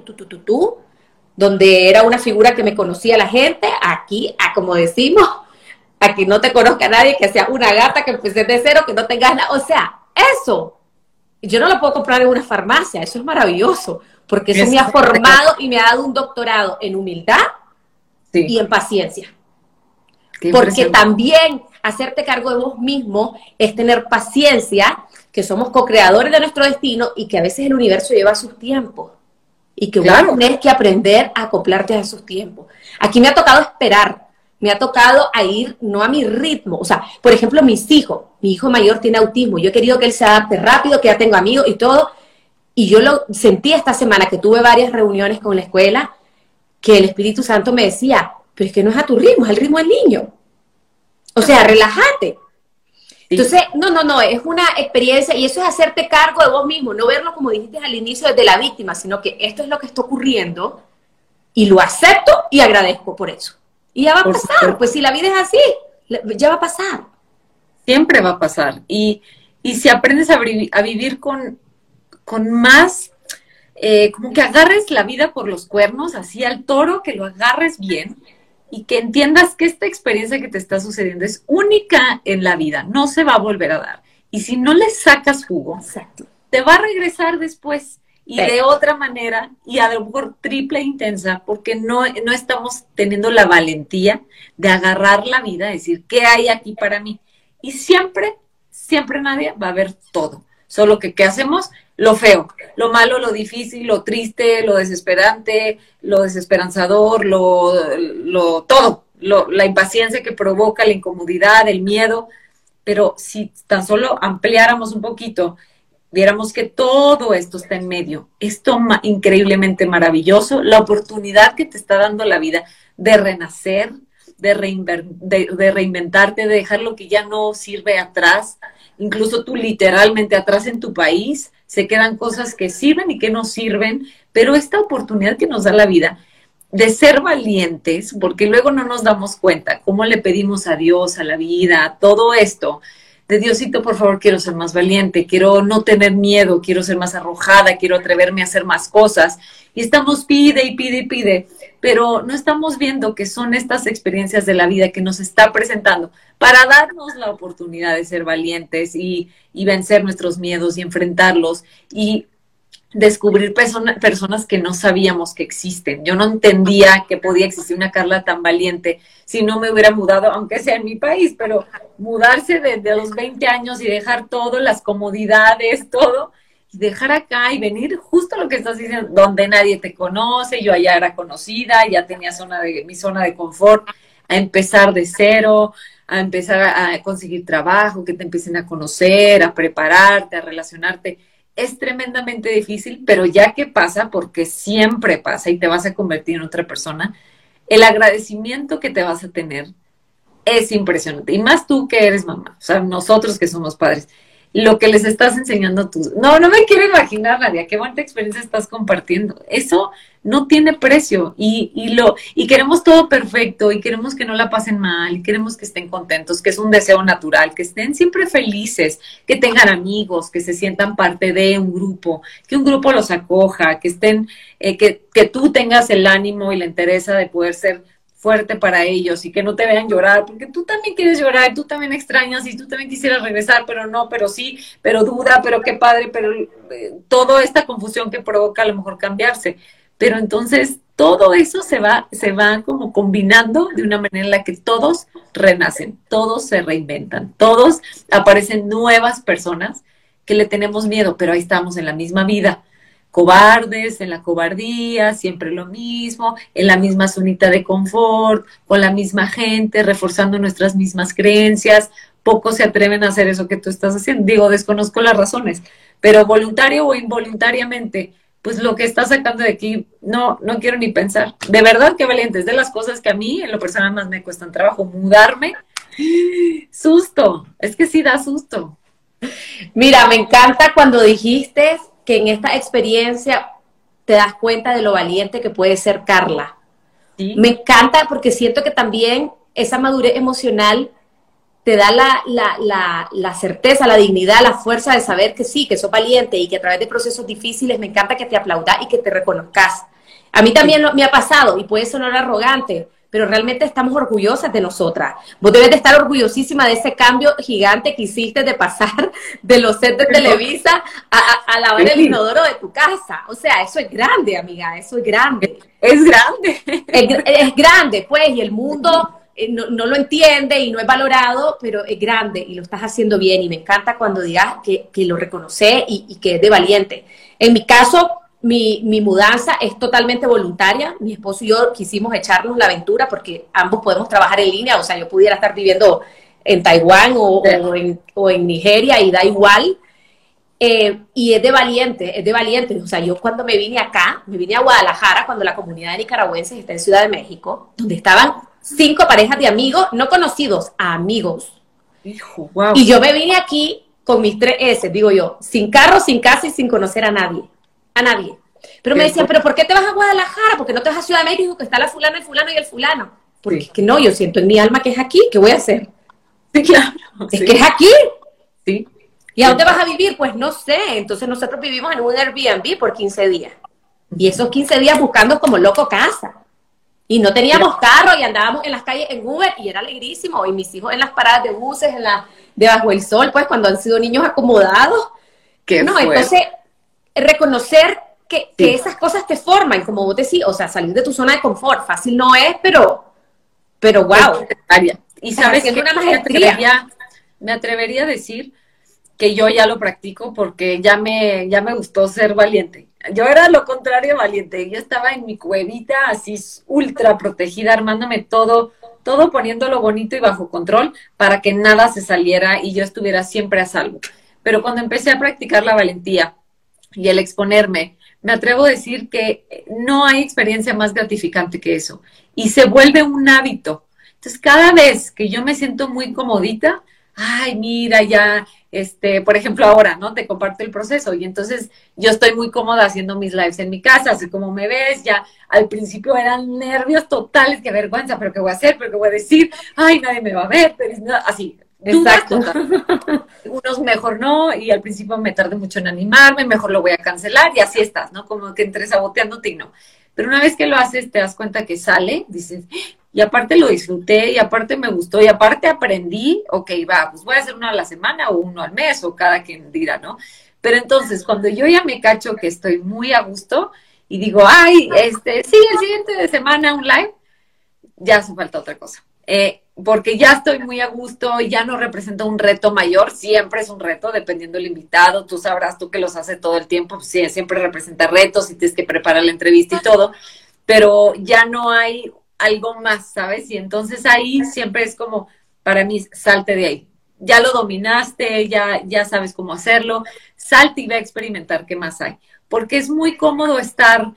donde era una figura que me conocía la gente, aquí, como decimos, a que no te conozca nadie, que sea una gata, que empecé de cero, que no tengas nada. O sea, eso, yo no lo puedo comprar en una farmacia, eso es maravilloso, porque eso me ha formado y me ha dado un doctorado en humildad y en paciencia. Porque también hacerte cargo de vos mismo es tener paciencia, que somos co-creadores de nuestro destino y que a veces el universo lleva sus tiempos. Y que vos tenés que aprender a acoplarte a esos tiempos. Aquí me ha tocado esperar, me ha tocado a ir no a mi ritmo. O sea, por ejemplo, mis hijos, mi hijo mayor tiene autismo, yo he querido que él se adapte rápido, que ya tengo amigos y todo, y yo lo sentí esta semana que tuve varias reuniones con la escuela, que el Espíritu Santo me decía, pero es que no es a tu ritmo, es el ritmo del niño. O sea, relájate. Entonces, no, es una experiencia, y eso es hacerte cargo de vos mismo, no verlo como dijiste al inicio desde la víctima, sino que esto es lo que está ocurriendo y lo acepto y agradezco por eso. Y ya va a pasar, pues si la vida es así, ya va a pasar. Siempre va a pasar. Y si aprendes a vivir con más, como que agarres la vida por los cuernos, así al toro, que lo agarres bien, y que entiendas que esta experiencia que te está sucediendo es única en la vida, no se va a volver a dar. Y si no le sacas jugo, te va a regresar después y de otra manera, y a lo mejor triple intensa, porque no estamos teniendo la valentía de agarrar la vida, decir, ¿qué hay aquí para mí? Y siempre nadie va a ver todo. Solo que, ¿qué hacemos? Lo feo, lo malo, lo difícil, lo triste, lo desesperante, lo desesperanzador, todo, la impaciencia que provoca, la incomodidad, el miedo. Pero si tan solo ampliáramos un poquito, viéramos que todo esto está en medio, esto increíblemente maravilloso, la oportunidad que te está dando la vida de renacer, de reinventarte, de dejar lo que ya no sirve atrás. Incluso tú literalmente atrás en tu país se quedan cosas que sirven y que no sirven, pero esta oportunidad que nos da la vida de ser valientes, porque luego no nos damos cuenta cómo le pedimos a Dios, a la vida, a todo esto, de Diosito, por favor, quiero ser más valiente, quiero no tener miedo, quiero ser más arrojada, quiero atreverme a hacer más cosas. Y estamos pide y pide y pide, pero no estamos viendo que son estas experiencias de la vida que nos está presentando para darnos la oportunidad de ser valientes y vencer nuestros miedos y enfrentarlos y descubrir personas que no sabíamos que existen. Yo no entendía que podía existir una Carla tan valiente si no me hubiera mudado, aunque sea en mi país, pero mudarse desde los 20 años y dejar todo, las comodidades, todo, y dejar acá y venir justo lo que estás diciendo, donde nadie te conoce, yo allá era conocida, ya tenía mi zona de confort, a empezar de cero, a empezar a conseguir trabajo, que te empiecen a conocer, a prepararte, a relacionarte. Es tremendamente difícil, pero ya que pasa, porque siempre pasa y te vas a convertir en otra persona, el agradecimiento que te vas a tener es impresionante. Y más tú que eres mamá, o sea, nosotros que somos padres, lo que les estás enseñando tú. No me quiero imaginar, Nadia, qué buena experiencia estás compartiendo. Eso no tiene precio y queremos todo perfecto y queremos que no la pasen mal y queremos que estén contentos, que es un deseo natural, que estén siempre felices, que tengan amigos, que se sientan parte de un grupo, que un grupo los acoja, que estén, que tú tengas el ánimo y la entereza de poder ser fuerte para ellos y que no te vean llorar, porque tú también quieres llorar, y tú también extrañas y tú también quisieras regresar, pero no, pero sí, pero duda, pero qué padre, pero toda esta confusión que provoca a lo mejor cambiarse. Pero entonces todo eso se va como combinando de una manera en la que todos renacen, todos se reinventan, todos aparecen nuevas personas que le tenemos miedo, pero ahí estamos en la misma vida. Cobardes, en la cobardía, siempre lo mismo, en la misma zonita de confort, con la misma gente, reforzando nuestras mismas creencias. Pocos se atreven a hacer eso que tú estás haciendo. Digo, desconozco las razones, pero voluntario o involuntariamente, pues lo que estás sacando de aquí, no quiero ni pensar. De verdad que valiente, es de las cosas que a mí en lo personal más me cuestan trabajo, mudarme. Susto, es que sí da susto. Mira, me encanta cuando dijiste que en esta experiencia te das cuenta de lo valiente que puede ser Carla. ¿Sí? Me encanta porque siento que también esa madurez emocional te da la certeza, la dignidad, la fuerza de saber que sí, que sos valiente y que a través de procesos difíciles me encanta que te aplaudas y que te reconozcas. A mí también me ha pasado y puede sonar arrogante, pero realmente estamos orgullosas de nosotras. Vos debes de estar orgullosísima de ese cambio gigante que hiciste de pasar de los sets de Televisa a lavar el inodoro de tu casa. O sea, eso es grande, amiga, eso es grande. Es grande. Es grande, pues, y el mundo no lo entiende y no es valorado, pero es grande y lo estás haciendo bien. Y me encanta cuando digas que lo reconoces y que es de valiente. En mi caso, mi mudanza es totalmente voluntaria. Mi esposo y yo quisimos echarnos la aventura porque ambos podemos trabajar en línea. O sea, yo pudiera estar viviendo en Taiwán o en Nigeria y da igual. Y es de valiente. O sea, yo cuando me vine acá, me vine a Guadalajara cuando la comunidad de nicaragüenses está en Ciudad de México, donde estaban 5 parejas de amigos, no conocidos, amigos. Hijo, wow. Y yo me vine aquí con mis 3 S, digo yo, sin carro, sin casa y sin conocer a nadie. A nadie. Pero me decían, ¿pero por qué te vas a Guadalajara? ¿Por qué no te vas a Ciudad de México, que está la fulana, el fulano y el fulano? Porque es que no, yo siento en mi alma que es aquí, ¿qué voy a hacer? Sí, claro. Es que es aquí. Sí. ¿Y a dónde vas a vivir? Pues no sé. Entonces nosotros vivimos en un Airbnb por 15 días. Y esos 15 días buscando como loco casa. Y no teníamos carro y andábamos en las calles en Uber y era alegrísimo. Y mis hijos en las paradas de buses, debajo del sol, pues cuando han sido niños acomodados. Entonces reconocer que esas cosas te forman, como vos decís, o sea, salir de tu zona de confort. Fácil no es, pero wow. Y sabes que una maestría. Me atrevería a decir que yo ya lo practico porque ya me gustó ser valiente. Yo era lo contrario valiente. Yo estaba en mi cuevita así ultra protegida, armándome todo poniéndolo bonito y bajo control para que nada se saliera y yo estuviera siempre a salvo. Pero cuando empecé a practicar la valentía y el exponerme, me atrevo a decir que no hay experiencia más gratificante que eso. Y se vuelve un hábito. Entonces, cada vez que yo me siento muy comodita, ay, mira, ya, por ejemplo, ahora, ¿no? Te comparto el proceso y entonces yo estoy muy cómoda haciendo mis lives en mi casa, así como me ves, ya al principio eran nervios totales, qué vergüenza, pero qué voy a hacer, pero qué voy a decir, ay, nadie me va a ver, pero así. Exacto. Unos mejor no, y al principio me tardé mucho en animarme, mejor lo voy a cancelar, y así estás, ¿no? Como que entre saboteándote y no. Pero una vez que lo haces, te das cuenta que sale, dices, y aparte lo disfruté, y aparte me gustó, y aparte aprendí, ok, va, pues voy a hacer 1 a la semana, o 1 al mes, o cada quien dirá, ¿no? Pero entonces, cuando yo ya me cacho que estoy muy a gusto, y digo, ay, sí, el siguiente de semana un live, ya hace falta otra cosa. Porque ya estoy muy a gusto y ya no representa un reto mayor, siempre es un reto, dependiendo del invitado, tú sabrás, tú que los haces todo el tiempo, pues, sí, siempre representa retos y tienes que preparar la entrevista y todo, pero ya no hay algo más, ¿sabes? Y entonces ahí siempre es como, para mí, salte de ahí. Ya lo dominaste, ya sabes cómo hacerlo, salte y ve a experimentar qué más hay. Porque es muy cómodo estar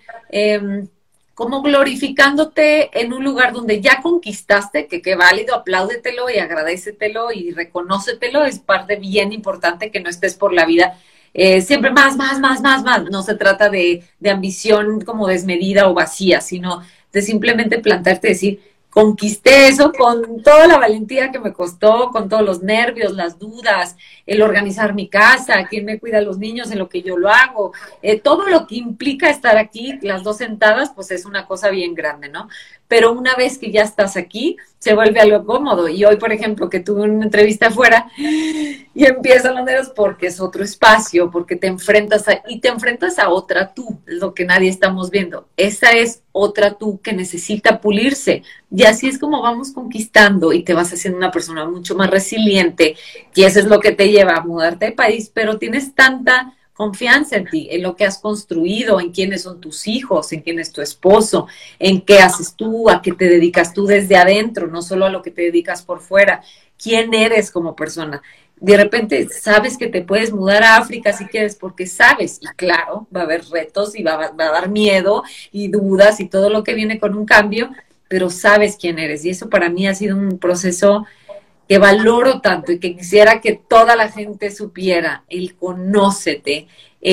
como glorificándote en un lugar donde ya conquistaste, que válido, apláudetelo y agradécetelo y reconócetelo, es parte bien importante que no estés por la vida siempre más, más, más, más, más. No se trata de ambición como desmedida o vacía, sino de simplemente plantarte y decir, conquisté eso con toda la valentía que me costó, con todos los nervios, las dudas, el organizar mi casa, quién me cuida a los niños en lo que yo lo hago, todo lo que implica estar aquí, las dos sentadas, pues es una cosa bien grande, ¿no? Pero una vez que ya estás aquí, se vuelve algo cómodo. Y hoy, por ejemplo, que tuve una entrevista afuera y empiezan los nervios porque es otro espacio, porque te enfrentas a otra tú, lo que nadie estamos viendo. Esa es otra tú que necesita pulirse. Y así es como vamos conquistando y te vas haciendo una persona mucho más resiliente, y eso es lo que te lleva a mudarte de país, pero tienes tanta confianza en ti, en lo que has construido, en quiénes son tus hijos, en quién es tu esposo, en qué haces tú, a qué te dedicas tú desde adentro, no solo a lo que te dedicas por fuera, quién eres como persona. De repente sabes que te puedes mudar a África si quieres, porque sabes, y claro, va a haber retos y va a dar miedo y dudas y todo lo que viene con un cambio, pero sabes quién eres. Y eso para mí ha sido un proceso que valoro tanto y que quisiera que toda la gente supiera, el conócete,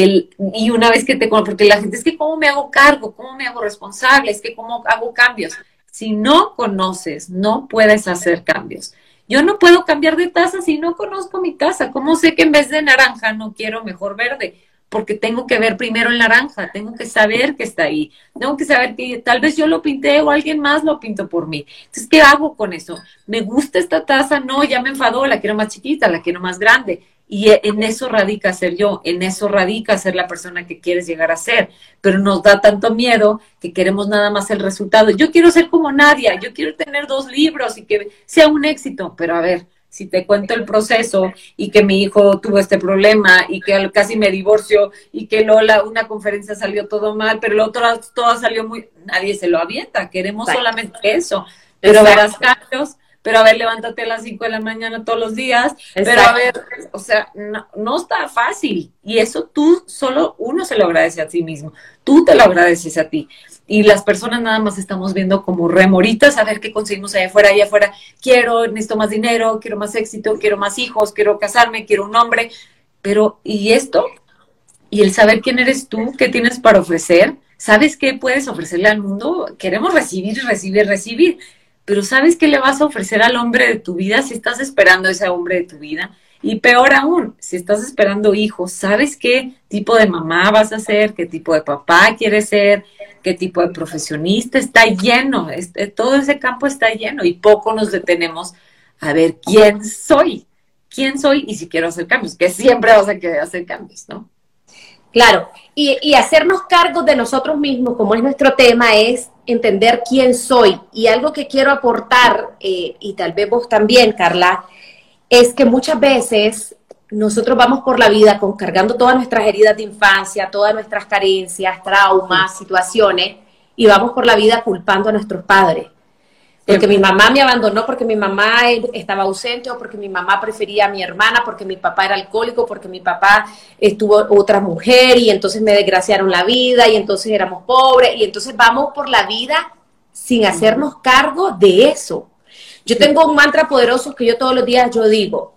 y una vez que porque la gente es que cómo me hago cargo, cómo me hago responsable, es que cómo hago cambios. Si no conoces, no puedes hacer cambios. Yo no puedo cambiar de taza si no conozco mi taza. ¿Cómo sé que en vez de naranja no quiero mejor verde? Porque tengo que ver primero el naranja, tengo que saber que está ahí, tengo que saber que tal vez yo lo pinté o alguien más lo pintó por mí. Entonces, ¿qué hago con eso? ¿Me gusta esta taza? No, ya me enfadó, la quiero más chiquita, la quiero más grande. Y en eso radica ser yo, en eso radica ser la persona que quieres llegar a ser. Pero nos da tanto miedo que queremos nada más el resultado. Yo quiero ser como Nadia, yo quiero tener 2 libros y que sea un éxito, pero a ver, si te cuento el proceso y que mi hijo tuvo este problema y que casi me divorció y que Lola, una conferencia salió todo mal, pero la otra todo salió muy... Nadie se lo avienta, queremos solamente eso. Pero verás cambios, pero a ver, levántate a las 5 de la mañana todos los días, pero a ver, o sea, no está fácil. Y eso solo uno se lo agradece a sí mismo, tú te lo agradeces a ti. Y las personas nada más estamos viendo como remoritas a ver qué conseguimos allá afuera. Necesito más dinero, quiero más éxito, quiero más hijos, quiero casarme, quiero un hombre. Pero, ¿y esto? ¿Y el saber quién eres tú? ¿Qué tienes para ofrecer? ¿Sabes qué puedes ofrecerle al mundo? Queremos recibir, recibir, recibir. Pero ¿sabes qué le vas a ofrecer al hombre de tu vida si estás esperando a ese hombre de tu vida? Y peor aún, si estás esperando hijos, ¿sabes qué tipo de mamá vas a ser? ¿Qué tipo de papá quieres ser? ¿Qué tipo de profesionista? Está lleno, todo ese campo está lleno y poco nos detenemos a ver quién soy y si quiero hacer cambios, que siempre vas a querer hacer cambios, ¿no? Claro, y hacernos cargo de nosotros mismos, como es nuestro tema, es entender quién soy. Y algo que quiero aportar, y tal vez vos también, Carla, es que muchas veces nosotros vamos por la vida cargando todas nuestras heridas de infancia, todas nuestras carencias, traumas, situaciones, y vamos por la vida culpando a nuestros padres. Porque mi mamá me abandonó, porque mi mamá estaba ausente, o porque mi mamá prefería a mi hermana, porque mi papá era alcohólico, porque mi papá tuvo otra mujer y entonces me desgraciaron la vida y entonces éramos pobres. Y entonces vamos por la vida sin hacernos cargo de eso. Yo tengo un mantra poderoso que yo todos los días yo digo,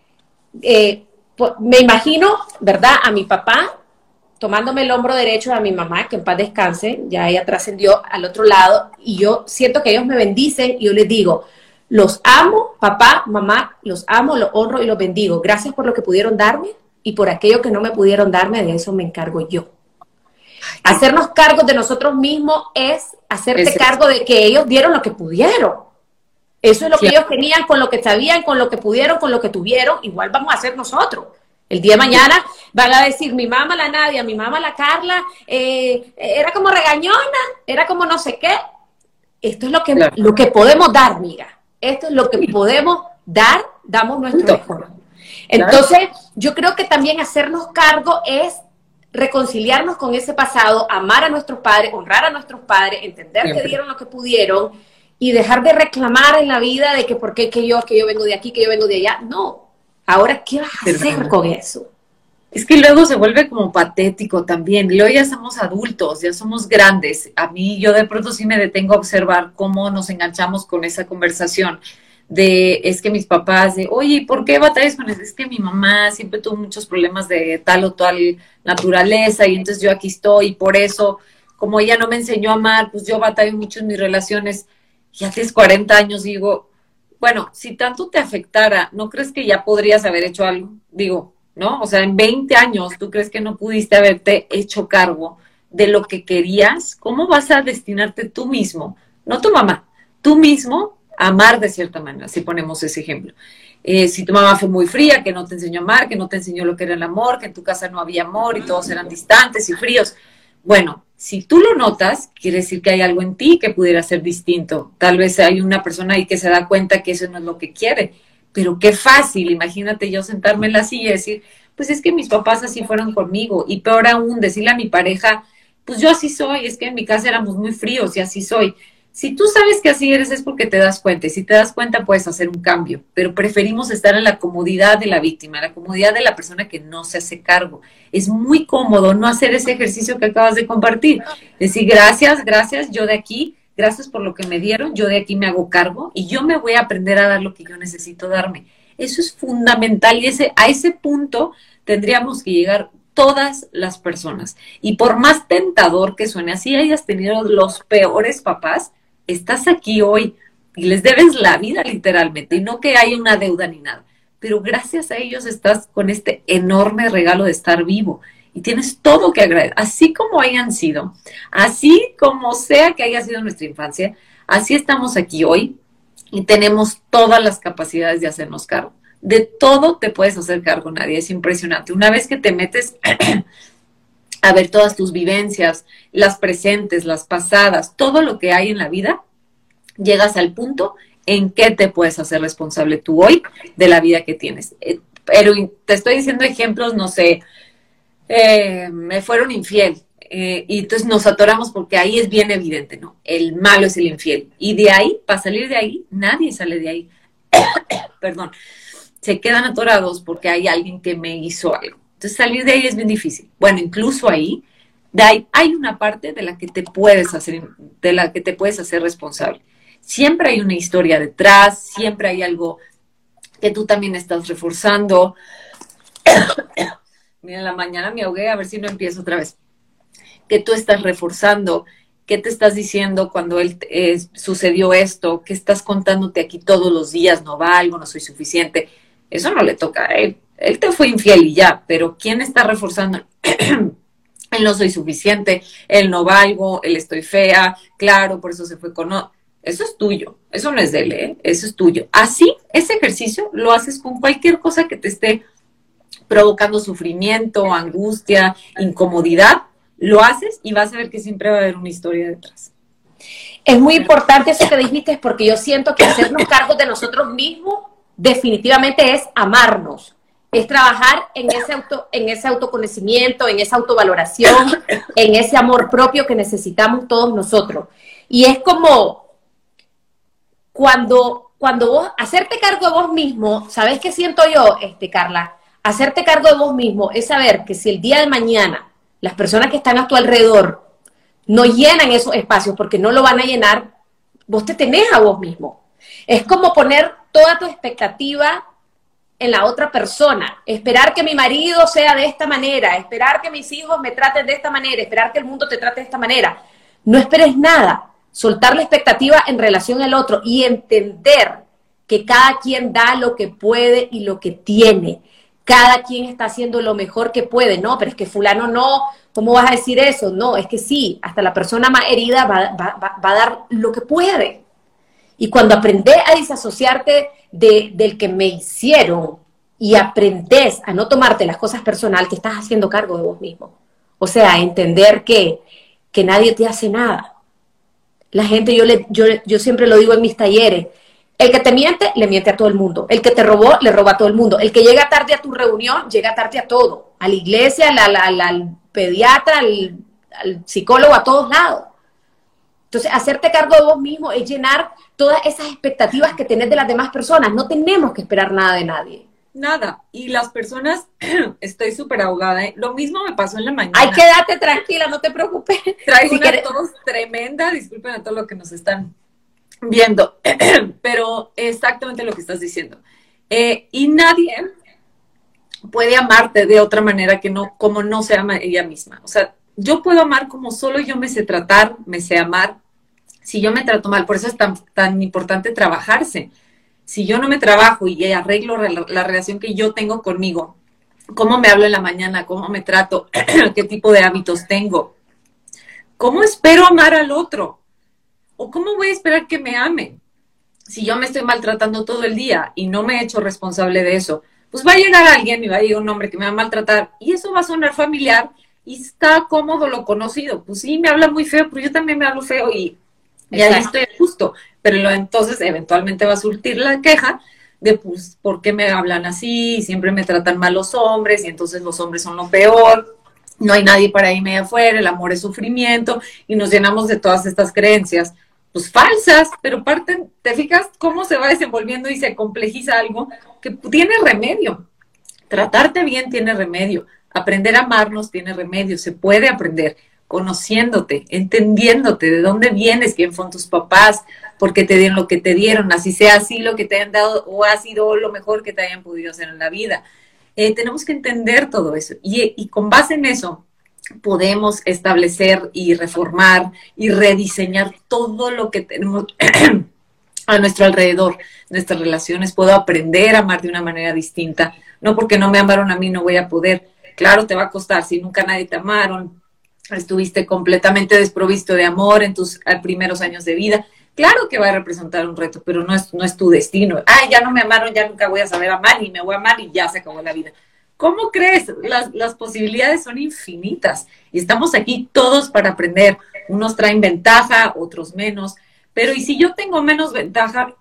me imagino, ¿verdad?, a mi papá tomándome el hombro derecho a mi mamá, que en paz descanse, ya ella trascendió al otro lado, y yo siento que ellos me bendicen y yo les digo, los amo, papá, mamá, los amo, los honro y los bendigo. Gracias por lo que pudieron darme y por aquello que no me pudieron darme, de eso me encargo yo. Hacernos cargo de nosotros mismos es hacerte cargo de que ellos dieron lo que pudieron. Eso es lo que ellos tenían, con lo que sabían, con lo que pudieron, con lo que tuvieron, igual vamos a hacer nosotros. El día de mañana van a decir, mi mamá la Nadia, mi mamá la Carla, era como regañona, era como no sé qué. Esto es lo que podemos dar, amiga. Esto es lo que podemos dar, damos nuestro mejor. Entonces, yo creo que también hacernos cargo es reconciliarnos con ese pasado, amar a nuestros padres, honrar a nuestros padres, entender que dieron lo que pudieron y dejar de reclamar en la vida de que por qué que yo vengo de aquí, que yo vengo de allá. No. Ahora, ¿qué vas a hacer con eso? Es que luego se vuelve como patético también. Luego ya somos adultos, ya somos grandes. A mí, yo de pronto sí me detengo a observar cómo nos enganchamos con esa conversación de, es que mis papás, de, oye, ¿por qué batallas con eso? Es que mi mamá siempre tuvo muchos problemas de tal o tal naturaleza y entonces yo aquí estoy y por eso, como ella no me enseñó a amar, pues yo batallo mucho en mis relaciones. Ya tienes 40 años, digo, bueno, si tanto te afectara, ¿no crees que ya podrías haber hecho algo? Digo, ¿no? O sea, en 20 años, ¿tú crees que no pudiste haberte hecho cargo de lo que querías? ¿Cómo vas a destinarte tú mismo, no tu mamá, tú mismo, a amar de cierta manera, si ponemos ese ejemplo? Si tu mamá fue muy fría, que no te enseñó a amar, que no te enseñó lo que era el amor, que en tu casa no había amor y todos eran distantes y fríos. Bueno, si tú lo notas, quiere decir que hay algo en ti que pudiera ser distinto. Tal vez hay una persona ahí que se da cuenta que eso no es lo que quiere. Pero qué fácil, imagínate yo sentarme en la silla y decir, pues es que mis papás así fueron conmigo. Y peor aún, decirle a mi pareja, pues yo así soy, es que en mi casa éramos muy fríos y así soy. Si tú sabes que así eres es porque te das cuenta. Y si te das cuenta puedes hacer un cambio. Pero preferimos estar en la comodidad de la víctima, en la comodidad de la persona que no se hace cargo. Es muy cómodo no hacer ese ejercicio que acabas de compartir. Decir, gracias, gracias, yo de aquí, gracias por lo que me dieron, yo de aquí me hago cargo y yo me voy a aprender a dar lo que yo necesito darme. Eso es fundamental y a ese punto tendríamos que llegar todas las personas. Y por más tentador que suene, así hayas tenido los peores papás, estás aquí hoy y les debes la vida literalmente, y no que haya una deuda ni nada, pero gracias a ellos estás con este enorme regalo de estar vivo y tienes todo que agradecer, así como hayan sido, así como sea que haya sido nuestra infancia, así estamos aquí hoy y tenemos todas las capacidades de hacernos cargo. De todo te puedes hacer cargo, Nadia, es impresionante. Una vez que te metes a ver todas tus vivencias, las presentes, las pasadas, todo lo que hay en la vida, llegas al punto en que te puedes hacer responsable tú hoy de la vida que tienes. Pero te estoy diciendo ejemplos, no sé, me fueron infiel, y entonces nos atoramos porque ahí es bien evidente, ¿no? El malo es el infiel. Y de ahí, para salir de ahí, nadie sale de ahí. Perdón. Se quedan atorados porque hay alguien que me hizo algo. Entonces salir de ahí es bien difícil. Bueno, incluso ahí, hay una parte de la que te puedes hacer responsable. Siempre hay una historia detrás, siempre hay algo que tú también estás reforzando. Mira, en la mañana me ahogué, a ver si no empiezo otra vez. Que tú estás reforzando, qué te estás diciendo cuando sucedió esto, qué estás contándote aquí todos los días, no valgo, no soy suficiente. Eso no le toca a él. Él te fue infiel y ya, pero ¿quién está reforzando? Él no soy suficiente, él no valgo, él estoy fea, claro, por eso se fue con... No. Eso es tuyo, eso no es de él, ¿eh? Eso es tuyo. Así, ese ejercicio lo haces con cualquier cosa que te esté provocando sufrimiento, angustia, incomodidad, lo haces y vas a ver que siempre va a haber una historia detrás. Es muy importante eso que dijiste, porque yo siento que hacernos cargo de nosotros mismos definitivamente es amarnos, es trabajar en ese autoconocimiento, en esa autovaloración, en ese amor propio que necesitamos todos nosotros. Y es como cuando vos, hacerte cargo de vos mismo, ¿sabes qué siento yo, Carla? Hacerte cargo de vos mismo es saber que si el día de mañana las personas que están a tu alrededor no llenan esos espacios porque no lo van a llenar, vos te tenés a vos mismo. Es como poner toda tu expectativa en la otra persona, esperar que mi marido sea de esta manera, esperar que mis hijos me traten de esta manera, esperar que el mundo te trate de esta manera. No esperes nada, soltar la expectativa en relación al otro y entender que cada quien da lo que puede y lo que tiene. Cada quien está haciendo lo mejor que puede. No, pero es que fulano no, ¿cómo vas a decir eso? No, es que sí, hasta la persona más herida va a dar lo que puede. Y cuando aprendes a disasociarte del que me hicieron y aprendes a no tomarte las cosas personal, te estás haciendo cargo de vos mismo. O sea, entender que nadie te hace nada. La gente, yo siempre lo digo en mis talleres, el que te miente, le miente a todo el mundo. El que te robó, le roba a todo el mundo. El que llega tarde a tu reunión, llega tarde a todo. A la iglesia, al pediatra, al psicólogo, a todos lados. Entonces, hacerte cargo de vos mismo es llenar todas esas expectativas que tenés de las demás personas. No tenemos que esperar nada de nadie. Nada. Y las personas, estoy súper ahogada, ¿eh? Lo mismo me pasó en la mañana. Ay, quédate tranquila, no te preocupes. Traigo una tos tremenda, disculpen a todos los que nos están viendo, pero exactamente lo que estás diciendo. Y nadie puede amarte de otra manera que no, como no se ama ella misma. O sea, yo puedo amar como solo yo me sé tratar, me sé amar. Si yo me trato mal, por eso es tan importante trabajarse. Si yo no me trabajo y arreglo la relación que yo tengo conmigo, cómo me hablo en la mañana, cómo me trato, qué tipo de hábitos tengo, cómo espero amar al otro, o cómo voy a esperar que me amen. Si yo me estoy maltratando todo el día y no me he hecho responsable de eso, pues va a llegar alguien y va a llegar un hombre que me va a maltratar y eso va a sonar familiar y está cómodo lo conocido. Pues sí, me habla muy feo, pero yo también me hablo feo y ahí estoy justo. Pero entonces eventualmente va a surtir la queja de, pues, ¿por qué me hablan así? Siempre me tratan mal los hombres y entonces los hombres son lo peor. No hay nadie para irme afuera, el amor es sufrimiento y nos llenamos de todas estas creencias, pues falsas, pero parten, ¿te fijas cómo se va desenvolviendo y se complejiza algo que tiene remedio? Tratarte bien tiene remedio, aprender a amarnos tiene remedio, se puede aprender conociéndote, entendiéndote, de dónde vienes, quién fueron tus papás, por qué te dieron lo que te dieron, así sea así lo que te hayan dado o ha sido lo mejor que te hayan podido hacer en la vida. Tenemos que entender todo eso y con base en eso podemos establecer y reformar y rediseñar todo lo que tenemos a nuestro alrededor, nuestras relaciones. Puedo aprender a amar de una manera distinta, no porque no me amaron a mí no voy a poder. Claro, te va a costar, si nunca nadie te amaron, estuviste completamente desprovisto de amor en tus primeros años de vida. Claro que va a representar un reto, pero no es tu destino. Ay, ya no me amaron, ya nunca voy a saber amar y me voy a amar y ya se acabó la vida. ¿Cómo crees? Las posibilidades son infinitas y estamos aquí todos para aprender. Unos traen ventaja, otros menos, pero ¿y si yo tengo menos ventaja?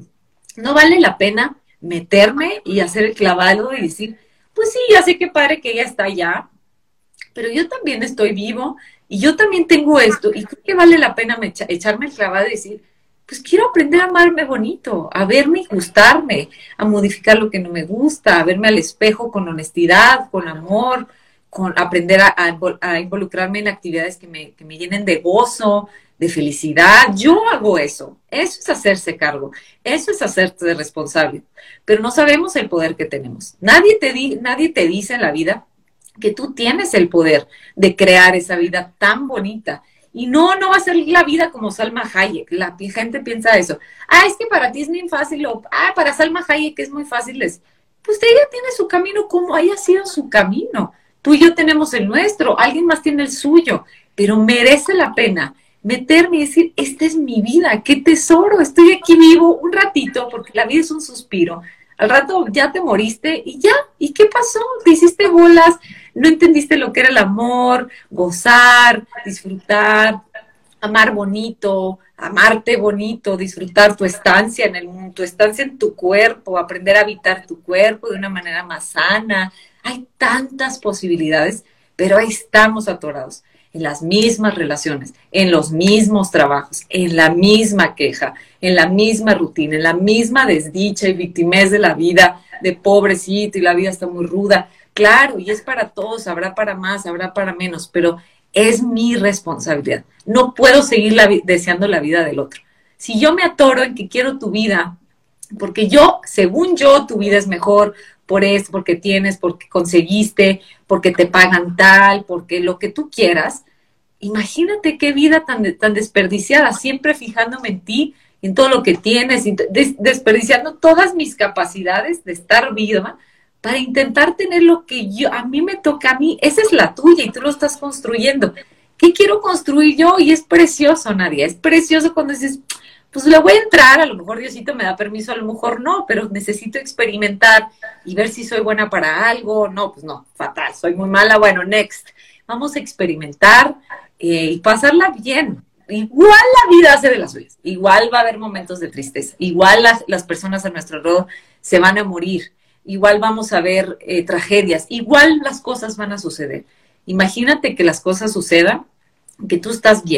¿No vale la pena meterme y hacer el clavado y decir, pues sí, ya sé que padre que ella está allá, pero yo también estoy vivo y yo también tengo esto y creo que vale la pena echarme el clavado y decir, pues quiero aprender a amarme bonito, a verme y gustarme, a modificar lo que no me gusta, a verme al espejo con honestidad, con amor, con aprender a involucrarme en actividades que me llenen de gozo, de felicidad. Yo hago eso. Eso es hacerse cargo. Eso es hacerse responsable. Pero no sabemos el poder que tenemos. Nadie te dice en la vida que tú tienes el poder de crear esa vida tan bonita. Y no va a ser la vida como Salma Hayek. La gente piensa eso. Es que para ti es bien fácil. Para Salma Hayek es muy fácil. Pues ella tiene su camino como haya sido su camino. Tú y yo tenemos el nuestro. Alguien más tiene el suyo. Pero merece la pena meterme y decir, esta es mi vida. ¡Qué tesoro! Estoy aquí vivo un ratito porque la vida es un suspiro. Al rato ya te moriste y ya. ¿Y qué pasó? Te hiciste bolas, no entendiste lo que era el amor, gozar, disfrutar, amar bonito, amarte bonito, disfrutar tu estancia en el mundo, tu estancia en tu cuerpo, aprender a habitar tu cuerpo de una manera más sana. Hay tantas posibilidades, pero ahí estamos atorados en las mismas relaciones, en los mismos trabajos, en la misma queja, en la misma rutina, en la misma desdicha y victimez de la vida, de pobrecito y la vida está muy ruda. Claro, y es para todos, habrá para más, habrá para menos, pero es mi responsabilidad. No puedo seguir deseando la vida del otro. Si yo me atoro en que quiero tu vida, porque según yo, tu vida es mejor, por eso, porque tienes, porque conseguiste, porque te pagan tal, porque lo que tú quieras. Imagínate qué vida tan desperdiciada, siempre fijándome en ti, en todo lo que tienes, desperdiciando todas mis capacidades de estar viva para intentar tener lo que a mí me toca a mí. Esa es la tuya y tú lo estás construyendo. ¿Qué quiero construir yo? Y es precioso, Nadia, es precioso cuando dices, pues le voy a entrar, a lo mejor Diosito me da permiso, a lo mejor no, pero necesito experimentar y ver si soy buena para algo. No, pues no, fatal, soy muy mala, bueno, next. Vamos a experimentar y pasarla bien. Igual la vida hace de las suyas, igual va a haber momentos de tristeza, igual las personas a nuestro alrededor se van a morir, igual vamos a ver tragedias, igual las cosas van a suceder. Imagínate que las cosas sucedan, que tú estás bien,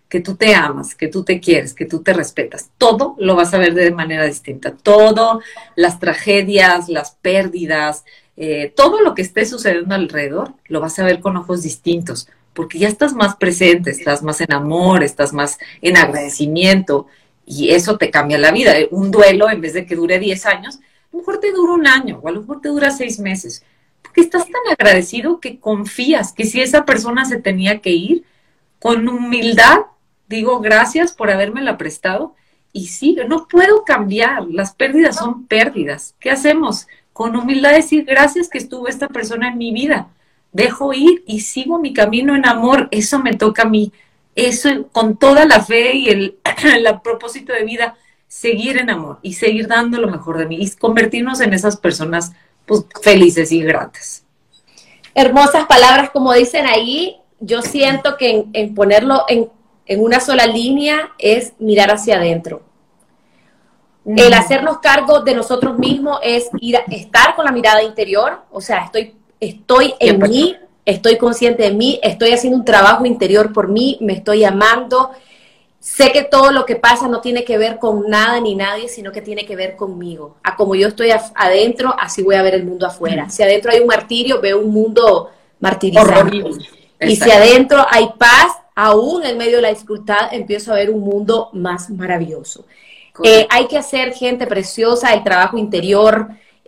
que tú te amas, que tú te quieres, que tú te respetas, todo lo vas a ver de manera distinta. Todo, las tragedias, las pérdidas, todo lo que esté sucediendo alrededor, lo vas a ver con ojos distintos, porque ya estás más presente, estás más en amor, estás más en agradecimiento, y eso te cambia la vida. Un duelo, en vez de que dure 10 años, a lo mejor te dura un año, o a lo mejor te dura 6 meses, porque estás tan agradecido que confías que si esa persona se tenía que ir, con humildad, digo gracias por habérmela prestado, y sí, no puedo cambiar, las pérdidas son pérdidas. ¿Qué hacemos? Con humildad decir gracias que estuvo esta persona en mi vida, dejo ir y sigo mi camino en amor, eso me toca a mí, eso con toda la fe y el propósito de vida, seguir en amor y seguir dando lo mejor de mí y convertirnos en esas personas pues, felices y gratas. Hermosas palabras, como dicen ahí. Yo siento que en ponerlo en una sola línea es mirar hacia adentro. El hacernos cargo de nosotros mismos es estar con la mirada interior, o sea, estoy en mí, estoy consciente de mí, estoy haciendo un trabajo interior por mí, me estoy amando. Sé que todo lo que pasa no tiene que ver con nada ni nadie, sino que tiene que ver conmigo. A como yo estoy adentro, así voy a ver el mundo afuera. Si adentro hay un martirio, veo un mundo martirizado. Y si adentro hay paz, aún en medio de la dificultad, empiezo a ver un mundo más maravilloso. Hay que hacer, gente preciosa, el trabajo interior,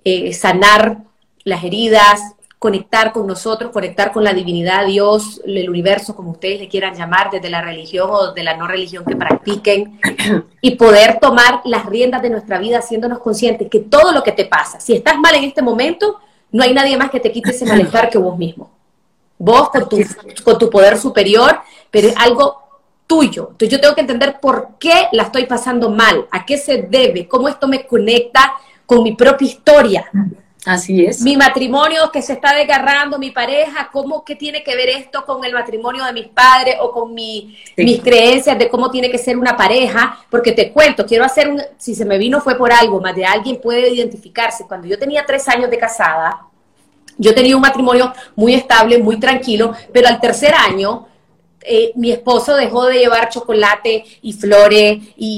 sanar las heridas, conectar con nosotros, conectar con la divinidad, Dios, el universo, como ustedes le quieran llamar, desde la religión o de la no religión que practiquen, y poder tomar las riendas de nuestra vida haciéndonos conscientes que todo lo que te pasa, si estás mal en este momento, no hay nadie más que te quite ese malestar que vos mismo. Vos con tu poder superior, pero es algo tuyo. Entonces yo tengo que entender por qué la estoy pasando mal, a qué se debe, cómo esto me conecta con mi propia historia. Así es. Mi matrimonio que se está desgarrando, mi pareja, ¿qué tiene que ver esto con el matrimonio de mis padres o con mis creencias de cómo tiene que ser una pareja? Porque te cuento, si se me vino fue por algo, más de alguien puede identificarse. Cuando yo tenía 3 años de casada, yo tenía un matrimonio muy estable, muy tranquilo, pero al 3er año mi esposo dejó de llevar chocolate y flores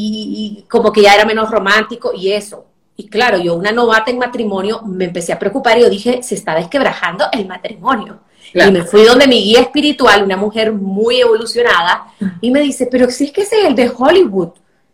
y como que ya era menos romántico y eso. Y claro, yo, una novata en matrimonio, me empecé a preocupar y yo dije, se está desquebrajando el matrimonio. Claro. Y me fui donde mi guía espiritual, una mujer muy evolucionada, y me dice, pero si es que ese es el de Hollywood.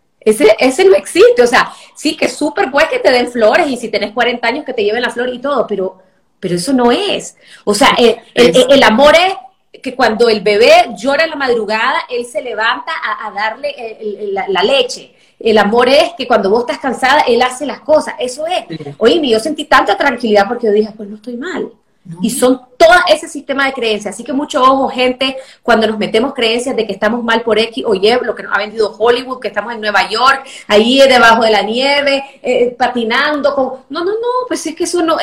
Ese no existe. O sea, sí que es súper pues que te den flores y si tenés 40 años que te lleven la flor y todo, pero eso no es. O sea, el amor es que cuando el bebé llora en la madrugada, él se levanta a darle la leche. El amor es que cuando vos estás cansada, él hace las cosas. Eso es. Oye, yo sentí tanta tranquilidad porque yo dije, pues no estoy mal. No. Y son todo ese sistema de creencias. Así que mucho ojo, gente, cuando nos metemos creencias de que estamos mal por X o Y, lo que nos ha vendido Hollywood, que estamos en Nueva York, ahí debajo de la nieve, patinando con... No, pues es que eso no.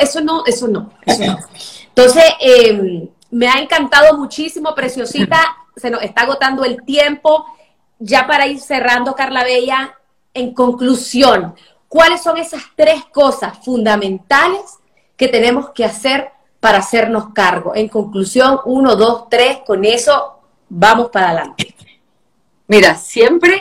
Entonces, me ha encantado muchísimo, preciosita. Se nos está agotando el tiempo. Ya para ir cerrando, Carla Bella, en conclusión, ¿cuáles son esas 3 cosas fundamentales que tenemos que hacer para hacernos cargo? En conclusión, 1, 2, 3, con eso vamos para adelante. Mira, siempre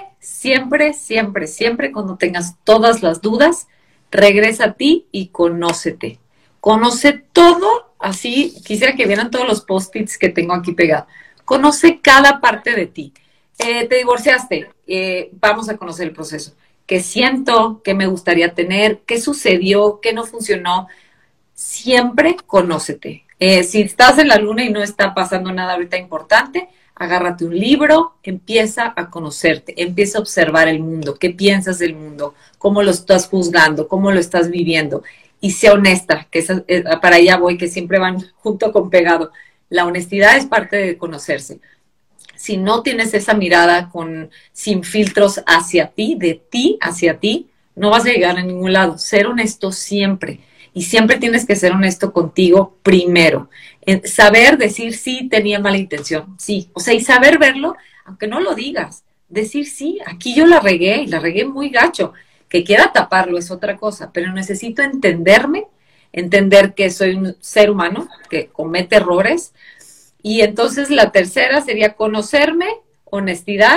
cuando tengas todas las dudas, regresa a ti y conócete. Conoce todo, así quisiera que vieran todos los post-its que tengo aquí pegados. Conoce cada parte de ti. Te divorciaste, vamos a conocer el proceso. ¿Qué siento? ¿Qué me gustaría tener? ¿Qué sucedió? ¿Qué no funcionó? Siempre conócete. Si estás en la luna y no está pasando nada ahorita importante, agárrate un libro, empieza a conocerte, empieza a observar el mundo, qué piensas del mundo, cómo lo estás juzgando, cómo lo estás viviendo. Y sé honesta, que para allá voy, que siempre van junto con pegado. La honestidad es parte de conocerse. Si no tienes esa mirada sin filtros hacia ti, de ti hacia ti, no vas a llegar a ningún lado. Ser honesto siempre. Y siempre tienes que ser honesto contigo primero. Saber decir sí, tenía mala intención. Sí. O sea, y saber verlo, aunque no lo digas. Decir sí, aquí yo la regué, y la regué muy gacho. Que quiera taparlo es otra cosa. Pero necesito entenderme, entender que soy un ser humano, que comete errores. Y entonces la tercera sería conocerme, honestidad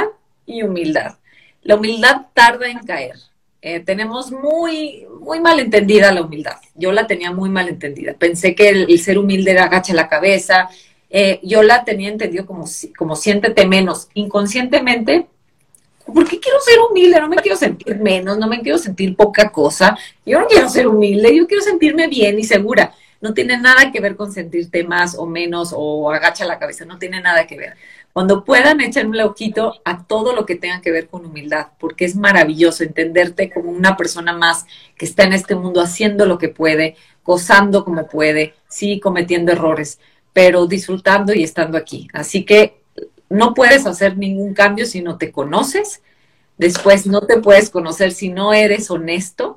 y humildad. La humildad tarda en caer. Tenemos muy, muy mal entendida la humildad. Yo la tenía muy mal entendida. Pensé que el ser humilde era agacha la cabeza. Yo la tenía entendido como siéntete menos. Inconscientemente, ¿por qué quiero ser humilde? No me quiero sentir menos, no me quiero sentir poca cosa. Yo no quiero ser humilde, yo quiero sentirme bien y segura. No tiene nada que ver con sentirte más o menos o agacha la cabeza, no tiene nada que ver. Cuando puedan, échenle ojito a todo lo que tenga que ver con humildad, porque es maravilloso entenderte como una persona más que está en este mundo haciendo lo que puede, gozando como puede, sí, cometiendo errores, pero disfrutando y estando aquí. Así que no puedes hacer ningún cambio si no te conoces. Después no te puedes conocer si no eres honesto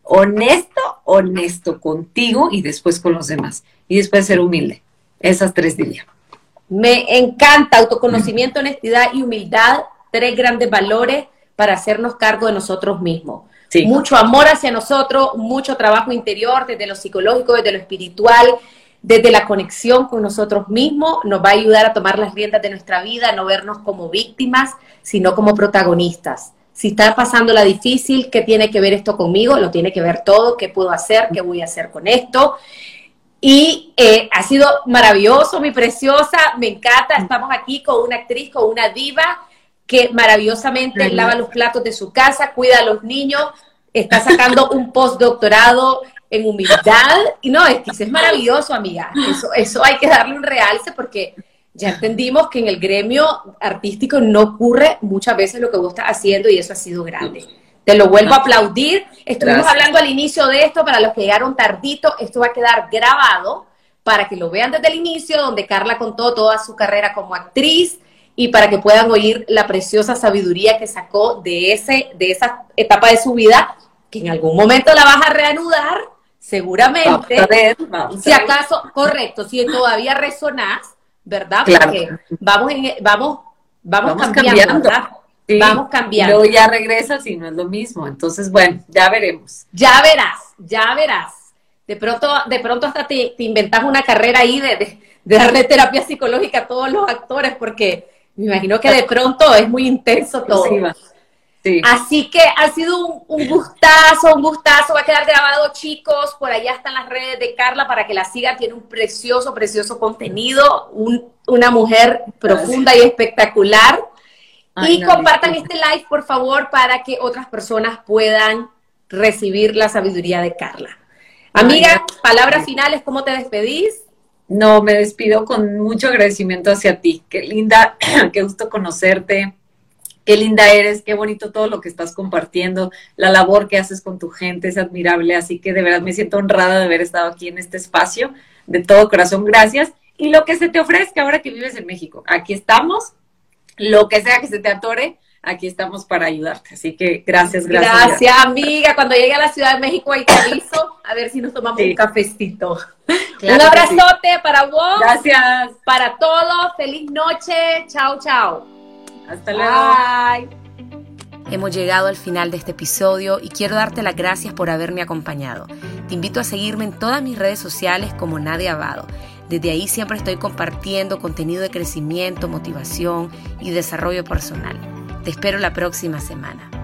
contigo y después con los demás. Y después ser humilde. Esas 3 diría. Me encanta autoconocimiento, honestidad y humildad, 3 grandes valores para hacernos cargo de nosotros mismos. Sí. Mucho amor hacia nosotros, mucho trabajo interior desde lo psicológico, desde lo espiritual, desde la conexión con nosotros mismos, nos va a ayudar a tomar las riendas de nuestra vida, a no vernos como víctimas, sino como protagonistas. Si está pasando la difícil, ¿qué tiene que ver esto conmigo? Lo tiene que ver todo, ¿qué puedo hacer? ¿Qué voy a hacer con esto? Y ha sido maravilloso, mi preciosa, me encanta, estamos aquí con una actriz, con una diva que maravillosamente lava los platos de su casa, cuida a los niños, está sacando un postdoctorado en humildad, y no, es que eso es maravilloso, amiga, eso hay que darle un realce porque ya entendimos que en el gremio artístico no ocurre muchas veces lo que vos estás haciendo y eso ha sido grande. Te lo vuelvo a aplaudir. Estuvimos hablando al inicio de esto, para los que llegaron tardito, esto va a quedar grabado para que lo vean desde el inicio, donde Carla contó toda su carrera como actriz y para que puedan oír la preciosa sabiduría que sacó de esa etapa de su vida, que en algún momento la vas a reanudar, seguramente. Vamos a ver. Si acaso, correcto, si todavía resonás, ¿verdad? Claro. Porque vamos cambiando, ¿verdad? Sí, vamos cambiando. Luego ya regresas y no es lo mismo. Entonces, bueno, ya veremos. Ya verás. De pronto hasta te inventas una carrera ahí de darle terapia psicológica a todos los actores, porque me imagino que de pronto es muy intenso todo. Sí. Así que ha sido un gustazo. Va a quedar grabado, chicos. Por allá están las redes de Carla para que la sigan. Tiene un precioso contenido. Una mujer profunda y espectacular. Y compartan este live, por favor, para que otras personas puedan recibir la sabiduría de Carla. Amiga, palabras finales, ¿cómo te despedís? No, me despido con mucho agradecimiento hacia ti. Qué linda, qué gusto conocerte. Qué linda eres, qué bonito todo lo que estás compartiendo. La labor que haces con tu gente es admirable. Así que de verdad me siento honrada de haber estado aquí en este espacio. De todo corazón, gracias. Y lo que se te ofrezca ahora que vives en México. Aquí estamos. Lo que sea que se te atore, aquí estamos para ayudarte. Así que gracias. Gracias, amiga. Cuando llegue a la Ciudad de México, ahí te aviso, a ver si nos tomamos un cafecito. Claro, un abrazote para vos. Gracias. Para todos. Feliz noche. Chao. Hasta luego. Bye. Hemos llegado al final de este episodio y quiero darte las gracias por haberme acompañado. Te invito a seguirme en todas mis redes sociales como Nadia Abado. Desde ahí siempre estoy compartiendo contenido de crecimiento, motivación y desarrollo personal. Te espero la próxima semana.